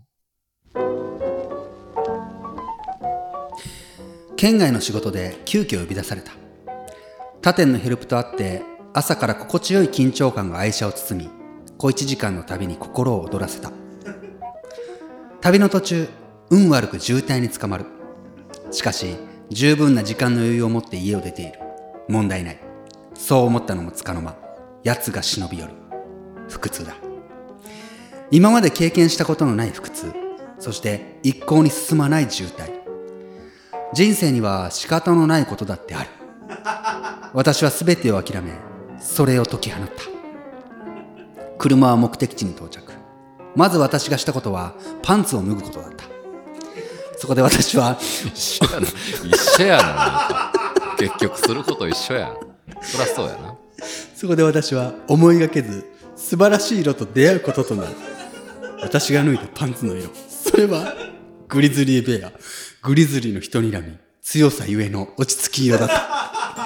Speaker 1: 県外の仕事で急遽呼び出された。他店のヘルプとあって朝から心地よい緊張感が愛車を包み、小1時間の旅に心を躍らせた。旅の途中、運悪く渋滞に捕まる。しかし十分な時間の余裕を持って家を出ている。問題ない。そう思ったのもつかの間、奴が忍び寄る。腹痛だ。今まで経験したことのない腹痛、そして一向に進まない渋滞。人生には仕方のないことだってある。私は全てを諦め、それを解き放った。車は目的地に到着。まず私がしたことはパンツを脱ぐことだった。そこで私は
Speaker 2: 一緒やな、なんか結局すること一緒やん。そりゃそうやな。
Speaker 1: そこで私は思いがけず素晴らしい色と出会うこととなる。私が脱いだパンツの色、それはグリズリーベア。グリズリーの人にらみ、強さゆえの落ち着き色だった。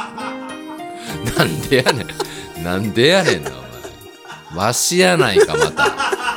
Speaker 2: なんでやねん。なんでやねんな、お前。わしやないか、また。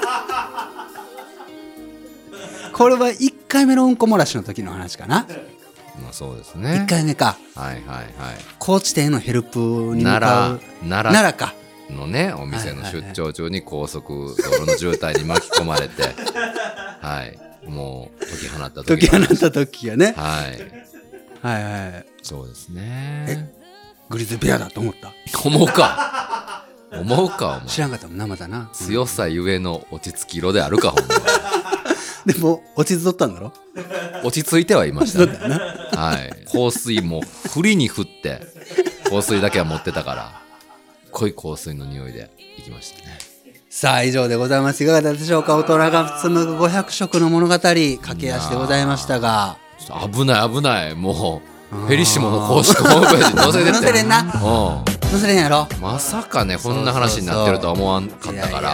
Speaker 1: これは1回目のうんこ漏らしの時の話かな。
Speaker 2: まあそうですね。
Speaker 1: 1回目か。
Speaker 2: はいはいはい。
Speaker 1: 高知店のヘルプに向かう。奈良か。
Speaker 2: のね、お店の出張中に高速道路の渋滞に巻き込まれて、はい。もう解き放った時。
Speaker 1: 解き放った時がね。
Speaker 2: はい。
Speaker 1: はいはい。
Speaker 2: そうですね。
Speaker 1: グリズベアだと思った。
Speaker 2: 思うか。思うか、お前。
Speaker 1: 知らんかったもん、生だな。
Speaker 2: 強さゆえの落ち着き色であるか、ほんま。
Speaker 1: でも、落ち着いたんだろ？
Speaker 2: 落ち着いてはいましたね。はい。香水も振りに振って、香水だけは持ってたから、濃い香水の匂いでいきましたね。
Speaker 1: さあ、以上でございます。いかがだったでしょうか。大人が紡ぐ500色の物語、駆け足でございましたが。
Speaker 2: 危ない危ない。もう、フェリシモの公式ホームページに載せてって。
Speaker 1: 載せれんな。載せれんやろ。
Speaker 2: まさかね、こんな話になってるとは思わんかったから、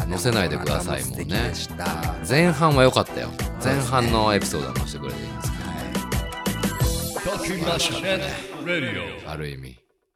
Speaker 2: 載せないでくださいもんね。前半は良かったよ。前半のエピソードは載せてくれていいんですけど。ある意味。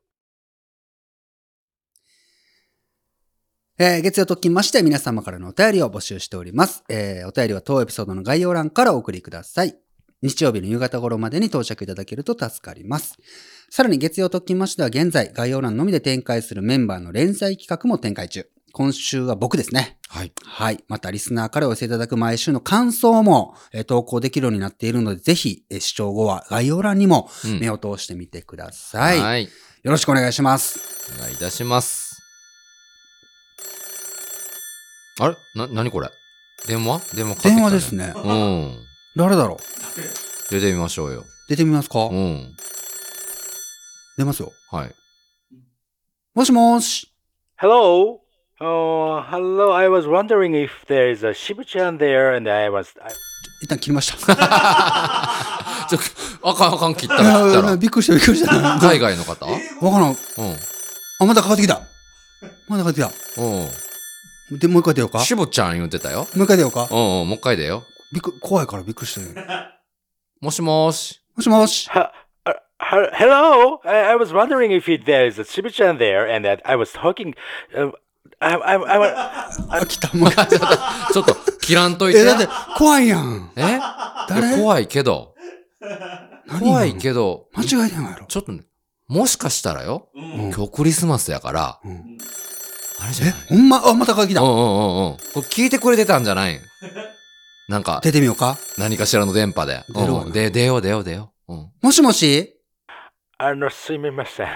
Speaker 1: 月曜特勤まして皆様からのお便りを募集しております。お便りは当エピソードの概要欄からお送りください。日曜日の夕方頃までに到着いただけると助かります。さらに月曜特勤ましては現在概要欄のみで展開するメンバーの連載企画も展開中。今週は僕ですね。
Speaker 2: はい。
Speaker 1: はい。またリスナーからお寄せいただく毎週の感想も、投稿できるようになっているので、ぜひ、視聴後は概要欄にも目を通してみてください。はい。よろしくお願いします。
Speaker 2: お願いいたします。あれ何これ電話かかってきたね。
Speaker 1: 電話ですね。
Speaker 2: うん。
Speaker 1: 誰だろう。
Speaker 2: 出てみましょうよ。
Speaker 1: 出てみますか。
Speaker 2: うん。
Speaker 1: 出ますよ。
Speaker 2: はい。
Speaker 1: もしもーし。
Speaker 3: Hello? Hello. I was wondering if there is a Shibu-chan there and I was...
Speaker 1: 一旦切りました。
Speaker 2: あかん、切ったら。
Speaker 1: びっくりした。
Speaker 2: 海外の方？
Speaker 1: わからん。うん。あ、またかかってきた。うん。で、もう一回出ようか。
Speaker 2: しぼちゃん言ってたよ。
Speaker 1: もう一回出ようか。
Speaker 2: うん、もう一回出よ。
Speaker 1: 怖いからびっくりしたよ。
Speaker 2: もしもーし。
Speaker 1: もしもし。
Speaker 3: Hello? I was wondering if there is a Shibu-chan there and that I was talking...
Speaker 1: 来た。もうち
Speaker 2: ょっと、切らんといて。
Speaker 1: だって怖いやん。
Speaker 2: 誰？怖いけど。怖いけど。
Speaker 1: 間違いないやろ。
Speaker 2: ちょっとね、もしかしたらよ。今日クリスマスやから。あれじゃない？
Speaker 1: ほんま、またか来た。
Speaker 2: これ聞いてくれてたんじゃないなんか。
Speaker 1: 出てみようか。
Speaker 2: 何かしらの電波で。出よう。
Speaker 1: もしもし？
Speaker 3: すみません。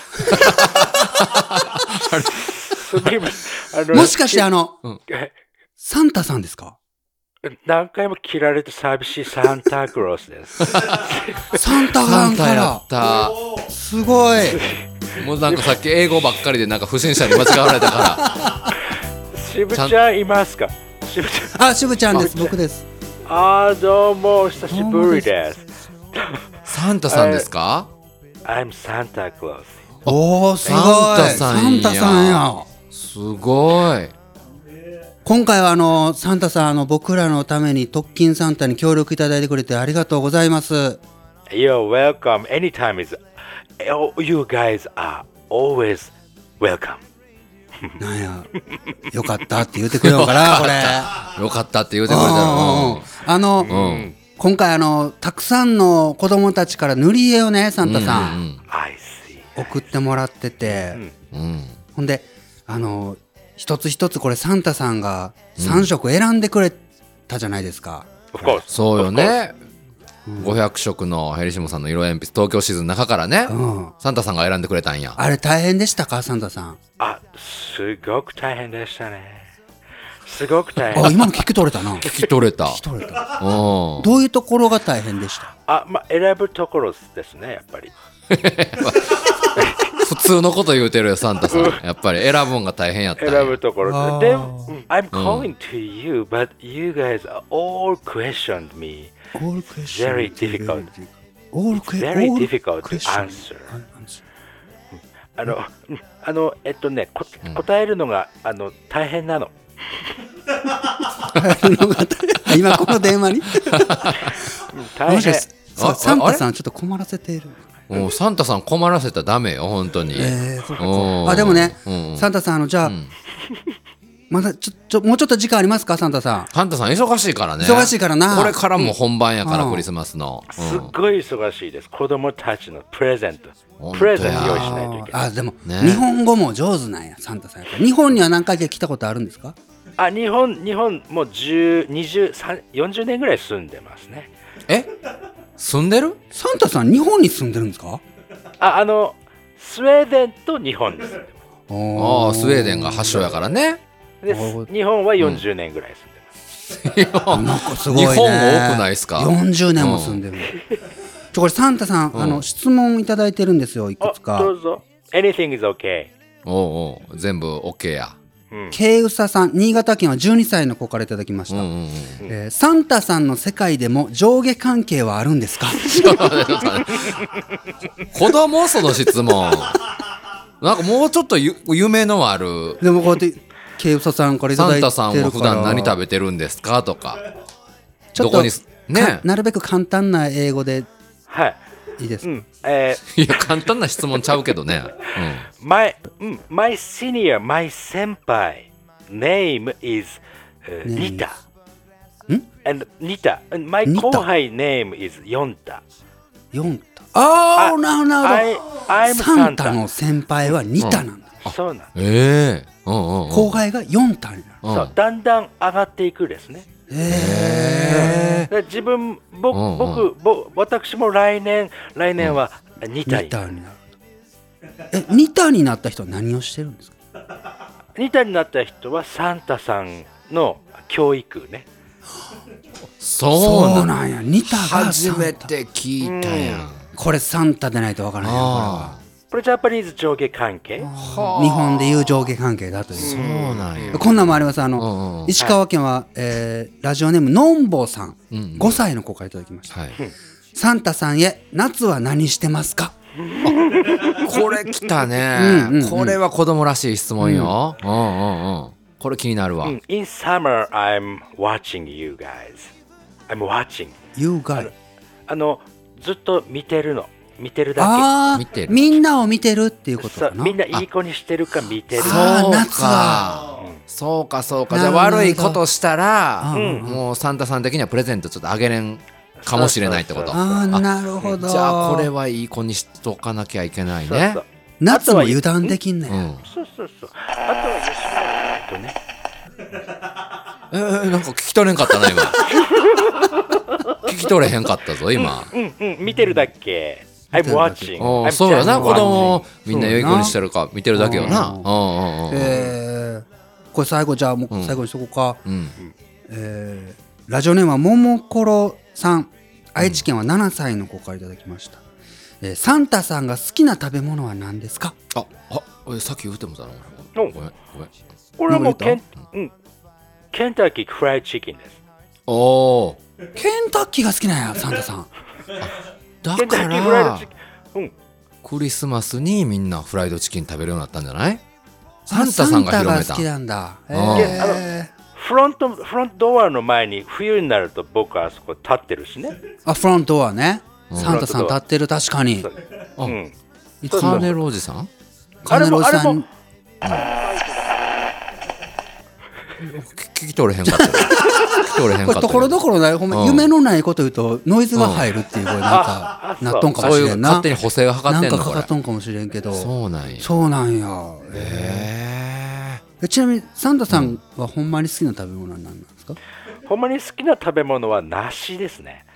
Speaker 1: もしかしてサンタさんですか？
Speaker 3: 何回も切られて寂しいサンタクロースです。
Speaker 1: サンタさんから。
Speaker 2: やった。
Speaker 1: すごい。
Speaker 2: もうなんかさっき英語ばっかりでなんか不審者に間違われたから。
Speaker 3: しぶちゃんいますか？しぶちゃん。
Speaker 1: しぶちゃんです。僕です。
Speaker 3: どうも、久しぶりです。
Speaker 2: サンタさんですか
Speaker 3: ？I'm Santa Claus。
Speaker 1: おー、すごい。
Speaker 2: サンタさんや。すごい。
Speaker 1: 今回はサンタさん僕らのために特勤サンタに協力いただいてくれてありがとうございます。
Speaker 3: You're welcome. Anytime is. You guys are always welcome.
Speaker 1: なんやよかったって言ってくれようかなこれ。
Speaker 2: よかったって言うてくれたの。
Speaker 1: 今回たくさんの子供たちから塗り絵をねサンタさん、送ってもらってて、ほんで一つ一つこれサンタさんが3色選んでくれたじゃないですか。
Speaker 2: そうよね。500色のヘリシモさんの色鉛筆東京シーズンの中からね、サンタさんが選んでくれたんや。
Speaker 1: あれ大変でしたかサンタさん。
Speaker 3: すごく大変でしたね。すごく大変。
Speaker 1: 今の聞き取れたな。
Speaker 2: 聞き取れた。
Speaker 1: どういうところが大変でした？
Speaker 3: 選ぶところですねやっぱり。
Speaker 2: 普通のこと言うてるよサンタさん。やっぱり選ぶんが大変やった。
Speaker 3: 選ぶところで。I'm calling to you, but you guys all questioned me. Very difficult. Very difficult to answer. 答えるのが大変なの。
Speaker 1: 今この電話に
Speaker 3: 大変。
Speaker 1: サンタさんちょっと困らせている。
Speaker 2: サンタさん困らせたらダメよ本当に。
Speaker 1: でもね、サンタさんじゃあまだもうちょっと時間ありますかサンタさん。
Speaker 2: サンタさん忙しいからね。
Speaker 1: 忙しいからな。
Speaker 2: これからも本番やからクリスマスの。
Speaker 3: すっごい忙しいです。子供たちのプレゼント用意しないといけない。
Speaker 1: でも日本語も上手なんやサンタさん。やっぱ日本には何回か来たことあるんですか？
Speaker 3: 日本もう40年ぐらい住んでますね。
Speaker 2: 住んでる？
Speaker 1: サンタさん日本に住んでるんですか？
Speaker 3: スウェーデンと日本に住んでます。
Speaker 2: スウェーデンが発祥やからね。
Speaker 3: で日本は40年ぐらい住んでます。
Speaker 1: なんかすごいね。
Speaker 2: 日本多くないですか
Speaker 1: ？40年も住んでる。これサンタさん、質問いただいてるんですよいくつか。
Speaker 3: どうぞ。Anything is okay。
Speaker 2: 全部 OK や。
Speaker 1: ケイウサさん、新潟県は12歳の子からいただきました。サンタさんの世界でも上下関係はあるんですか？
Speaker 2: 子供その質問。なんかもうちょっと夢のある。
Speaker 1: でもこうやってケイウサさんからいただいてるから。
Speaker 2: サンタさんは普段何食べてるんですかとか。
Speaker 1: ちょっとなるべく簡単な英語でいいですか？
Speaker 2: いや簡単な質問ちゃうけどね。
Speaker 3: My senior, my senpai name is Nita. And Nita. And my 後輩 name is Yonta.
Speaker 1: なるほど。サンタの先輩はニタなんだ。
Speaker 3: そうなんだ。
Speaker 1: 後輩が4タになる。
Speaker 3: だんだん上がっていくですね。私も来年は2体になる。
Speaker 1: 2体になった人は何をしてるんですか
Speaker 3: ？2体になった人はサンタさんの教育ね。
Speaker 2: そう
Speaker 1: なんや。2体が
Speaker 2: 初めて聞いたやん。
Speaker 1: これサンタでないとわからないよ。
Speaker 3: これジャパニーズ上下関係。
Speaker 1: 日本でいう上下関係だという。
Speaker 2: そうなんや。
Speaker 1: こんなんもあります。石川県は、ラジオネームのんぼうさん、5歳の子からいただきました。サンタさんへ夏は何してますか？
Speaker 2: これ来たね。これは子供らしい質問よ。これ気になるわ。
Speaker 3: In summer, I'm watching you guys. I'm watching.
Speaker 1: You guys.
Speaker 3: ずっと見てるだ
Speaker 1: け。みんなを見てるっていうことかな。
Speaker 3: みんないい子にしてるか見てる。
Speaker 1: 夏は。
Speaker 2: そうか。じゃあ悪いことしたら、もうサンタさん的にはプレゼントちょっとあげれんかもしれないってこと。
Speaker 1: なるほど。
Speaker 2: じゃあこれはいい子にしとかなきゃいけないね。
Speaker 1: 夏も油断できんね。
Speaker 3: そう。あとは吉村
Speaker 2: なんか聞き取れんかったな今。聞き取れへんかったぞ今。
Speaker 3: 見てるだけ。I'm watching.
Speaker 2: そうやな。子供をみんな良い子にしてるか見てるだけよな。
Speaker 1: これ最後じゃあもう最後にしとこうか。ラジオネームはももころさん、愛知県は7歳の子からいただきました。サンタさんが好きな食べ物は何ですか？
Speaker 2: さっき言うてもたな。
Speaker 3: ごめん。これはもうケンタッキーフライチキンです。
Speaker 1: ケンタッキーが好きなんやサンタさん。
Speaker 2: だからクリスマスにみんなフライドチキン食べるようになったんじゃない？サンタさんが広めた。
Speaker 1: サンタが好きなんだ。
Speaker 3: フロントドアの前に冬になると僕はあそこ立ってるしね。
Speaker 1: フロントドアね。サンタさん立ってる、確かに。
Speaker 2: カーネルおじさん？
Speaker 1: カーネルおじさん。
Speaker 2: 聞き取れへんかった。
Speaker 1: これところどころない、ほんま夢のないこと言うとノイズが入るっていう声なっとんかもしれんな。
Speaker 2: 勝手に補正がかかってんの。
Speaker 1: なんかかかっとんかもしれんけど。
Speaker 2: そうなんや。
Speaker 1: そうなんや。ちなみにサンタさんはほんまに好きな食べ物は何なんですか？
Speaker 3: ほんまに好きな食べ物は梨ですね。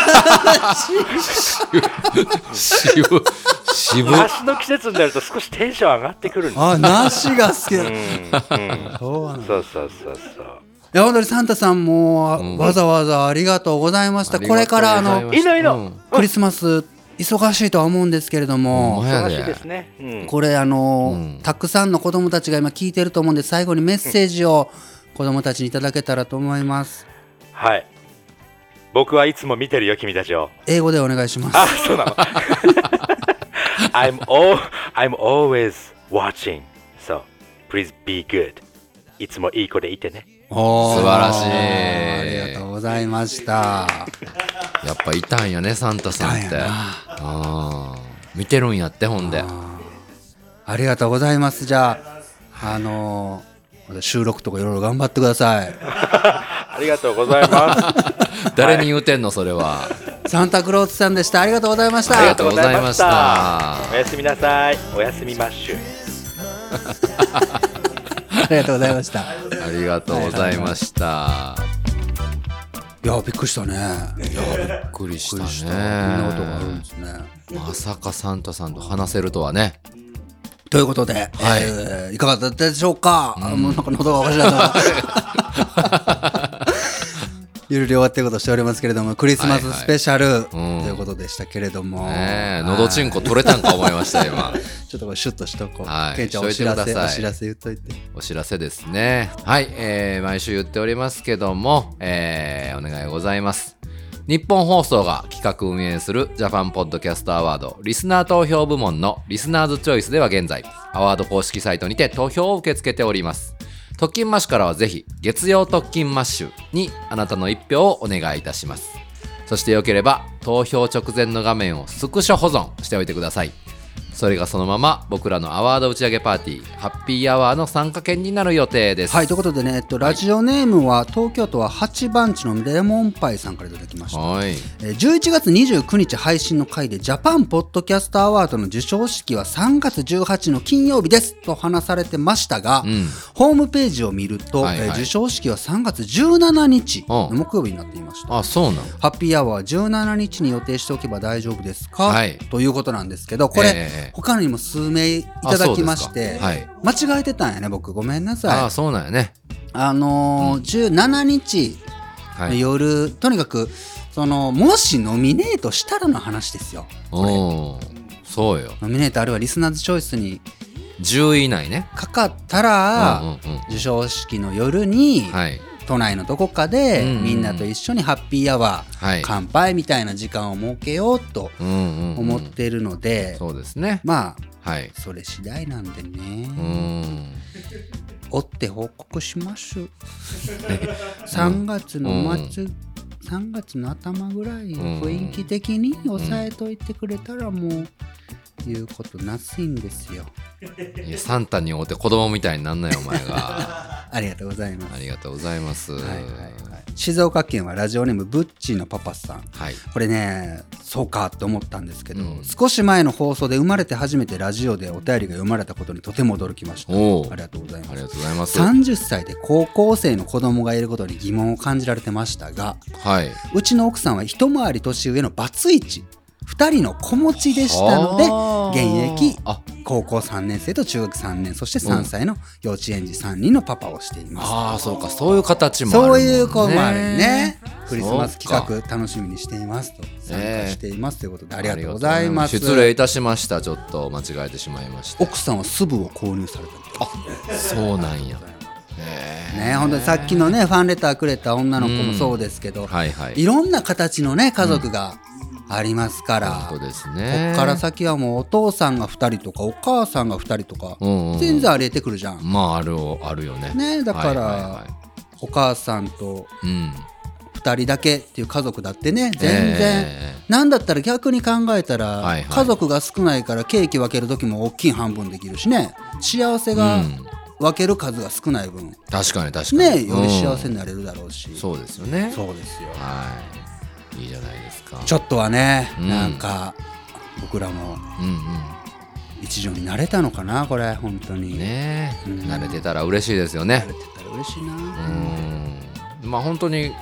Speaker 3: 梨の季節になると少しテンション上がってくるんです。
Speaker 1: 梨が好きだ。そう。いや本当にサンタさんもわざわざありがとうございました。これからクリスマス忙しいとは思うんですけれども、
Speaker 3: 忙しいですね。
Speaker 1: これたくさんの子供たちが今聞いてると思うんで、最後にメッセージを子供たちにいただけたらと思います。
Speaker 3: はい。僕はいつも見てるよ君たちを。
Speaker 1: 英語でお願いします。
Speaker 3: そうなの。I'm always watching. So please be good. いつもいい子でいてね。
Speaker 2: 素晴らしい。
Speaker 1: ありがとうございました。
Speaker 2: やっぱいたんやねサンタさんって。見てるんやってほんで。
Speaker 1: ありがとうございます。じゃあ収録とかいろいろ頑張ってください。
Speaker 3: ありがとうございます。
Speaker 2: 誰に言うてんのそれは。
Speaker 1: サンタクロースさんでした。ありがとうございました。
Speaker 2: ありがとうございました。
Speaker 3: おやすみなさい。おやすみマッシュ。
Speaker 1: ありがとうございました。
Speaker 2: ありがとうございました。
Speaker 1: いやびっくりしたね。
Speaker 2: びっくりしたね。
Speaker 1: こんなことがあるんですね。
Speaker 2: まさかサンタさんと話せるとはね。
Speaker 1: ということで、いかがだったでしょうか。もうなんか喉がおかしなったゆるり終わっていることしておりますけれども、クリスマススペシャルということでしたけれども、
Speaker 2: のどちんこ取れたんか思いました今。
Speaker 1: ちょっとこれシュッとしとこう。
Speaker 2: ケ
Speaker 1: ンちゃんお知らせ言っといて。
Speaker 2: お知らせですね。はい、毎週言っておりますけども、お願いございます。日本放送が企画運営するジャパンポッドキャストアワードリスナー投票部門のリスナーズチョイスでは現在アワード公式サイトにて投票を受け付けております。特勤マッシュからはぜひ月曜特勤マッシュにあなたの一票をお願いいたします。そしてよければ投票直前の画面をスクショ保存しておいてください。それがそのまま僕らのアワード打ち上げパーティーハッピーアワーの参加券になる予定です。
Speaker 1: はい、ということでね、ラジオネームは東京都は8番地のレモンパイさんからいただきました。11月29日配信の回でジャパンポッドキャストアワードの授賞式は3月18の金曜日ですと話されてましたが、ホームページを見ると、授賞式は3月17日の木曜日になっていました。
Speaker 2: そうなの。
Speaker 1: ハッピーアワーは17日に予定しておけば大丈夫ですか、ということなんですけど、これ、他にも数名いただきまして、間違えてたんやね僕、ごめんなさい。
Speaker 2: そうなんやね。
Speaker 1: 17日の夜、とにかくもしノミネートしたらの話ですよ。
Speaker 2: そうよ。
Speaker 1: ノミネートあるいはリスナーズチョイスに
Speaker 2: 10位以内ね
Speaker 1: かかったら、授賞式の夜に、都内のどこかでみんなと一緒にハッピーアワー、乾杯みたいな時間を設けようと思ってるので、
Speaker 2: そうですね。
Speaker 1: まあ、それ次第なんでね、追って報告しましょう。3月の末、3月の頭ぐらい雰囲気的に抑えといてくれたらもう言うことなしんですよ。
Speaker 2: いやサンタに会うて子供みたいになんなよお前が。
Speaker 1: ありがとうございます。
Speaker 2: ありがとうございます。
Speaker 1: 静岡県はラジオネームブッチーのパパさん、これねそうかって思ったんですけど、少し前の放送で生まれて初めてラジオでお便りが読まれたことにとても驚きました。ありがとうございます。
Speaker 2: ありがとうございます。
Speaker 1: 30歳で高校生の子供がいることに疑問を感じられてましたが、うちの奥さんは一回り年上のバツイチ2人の子持ちでしたので、現役高校3年生と中学3年、そして3歳の幼稚園児3人のパパをしています。
Speaker 2: そうか、そういう形もあるもんね。
Speaker 1: そういう子もあるね。クリスマス企画楽しみにしていますと、参加していますということで、ありがとうございます。
Speaker 2: 失礼いたしました。ちょっと間違えてしまいました。
Speaker 1: 奥さんはスブを購入された。
Speaker 2: そうなんや。
Speaker 1: 本当にさっきのねファンレターくれた女の子もそうですけど、いろんな形のね家族がありますから、
Speaker 2: 本当ですね。
Speaker 1: こっから先はもうお父さんが2人とかお母さんが2人とか、全然ありえてくるじゃん。
Speaker 2: まああるよね。
Speaker 1: だから、 お母さんと2人だけっていう家族だってね、全然、なんだったら逆に考えたら、家族が少ないからケーキ分ける時も大きい半分できるしね、幸せが分ける数が少ない分、
Speaker 2: 確かに
Speaker 1: ね、より幸せになれるだろうし、
Speaker 2: そうですよね。
Speaker 1: そうですよ。
Speaker 2: いいじゃないですか。
Speaker 1: ちょっとはね、なんか僕らも一助になれたのかな、これ本当に
Speaker 2: ね。慣れてたら嬉しいですよね。
Speaker 1: 慣れてたら嬉しいな。
Speaker 2: まあ本当に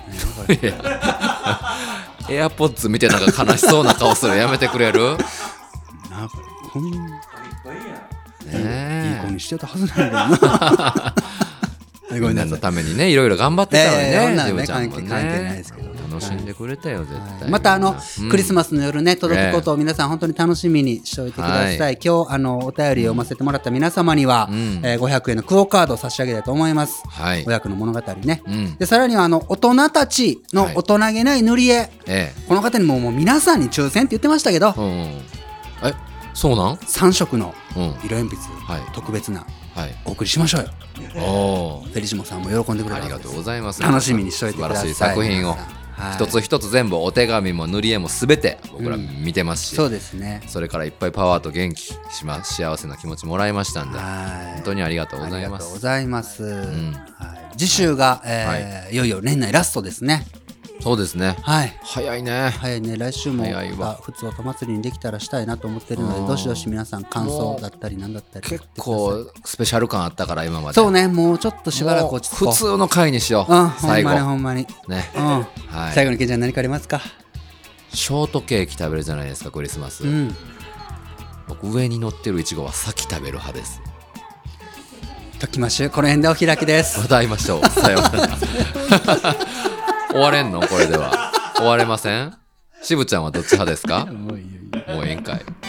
Speaker 2: エアポッツ見てなんか悲しそうな顔するやめてくれる？
Speaker 1: なんかこんないい子にしてたはずなんだけどな。
Speaker 2: みんなのためにね、いろいろ頑張ってたのにね、ジムちゃんも
Speaker 1: 関係ないですけど、
Speaker 2: 楽しんでくれたよ、絶対。
Speaker 1: またクリスマスの夜ね、届くことを皆さん本当に楽しみにしておいてください。今日お便りを読ませてもらった皆様には500円のクオカードを差し上げたいと思います。親子の物語ね。でさらには大人たちの大人げない塗り絵、この方にももう皆さんに抽選って言ってましたけど、
Speaker 2: そうなん
Speaker 1: ？3色の色鉛筆特別なお送りしましょうよ。フェリシモさんも喜んでくれる。
Speaker 2: ありがとうございます。
Speaker 1: 楽しみにしておいてください。
Speaker 2: 素晴らしい作品を一つ一つ全部、お手紙も塗り絵もすべて僕ら見てますし、
Speaker 1: そうですね。
Speaker 2: それからいっぱいパワーと元気幸せな気持ちもらいましたんで、本当にありがとうございます。
Speaker 1: ありがとうございます。次週がいよいよ年内ラストですね。
Speaker 2: そうですね。早いね。
Speaker 1: 早いね。来週も普通音祭りにできたらしたいなと思ってるので、どしどし皆さん感想だったりなんだったり、
Speaker 2: 結構スペシャル感あったから今まで。
Speaker 1: そうね。もうちょっとしばらく落ち着こう。
Speaker 2: 普通の回にしよう。最後
Speaker 1: ほんまに
Speaker 2: ね。
Speaker 1: 最後にケンちゃん何かありますか？
Speaker 2: ショートケーキ食べるじゃないですか、クリスマス。僕上に乗ってるイチゴは先食べる派です。
Speaker 1: ときましょう。この辺でお開きです。
Speaker 2: また会いましょう。さようなら。終われんの？これでは終われません？しぶちゃんはどっち派ですか？もういいんかい。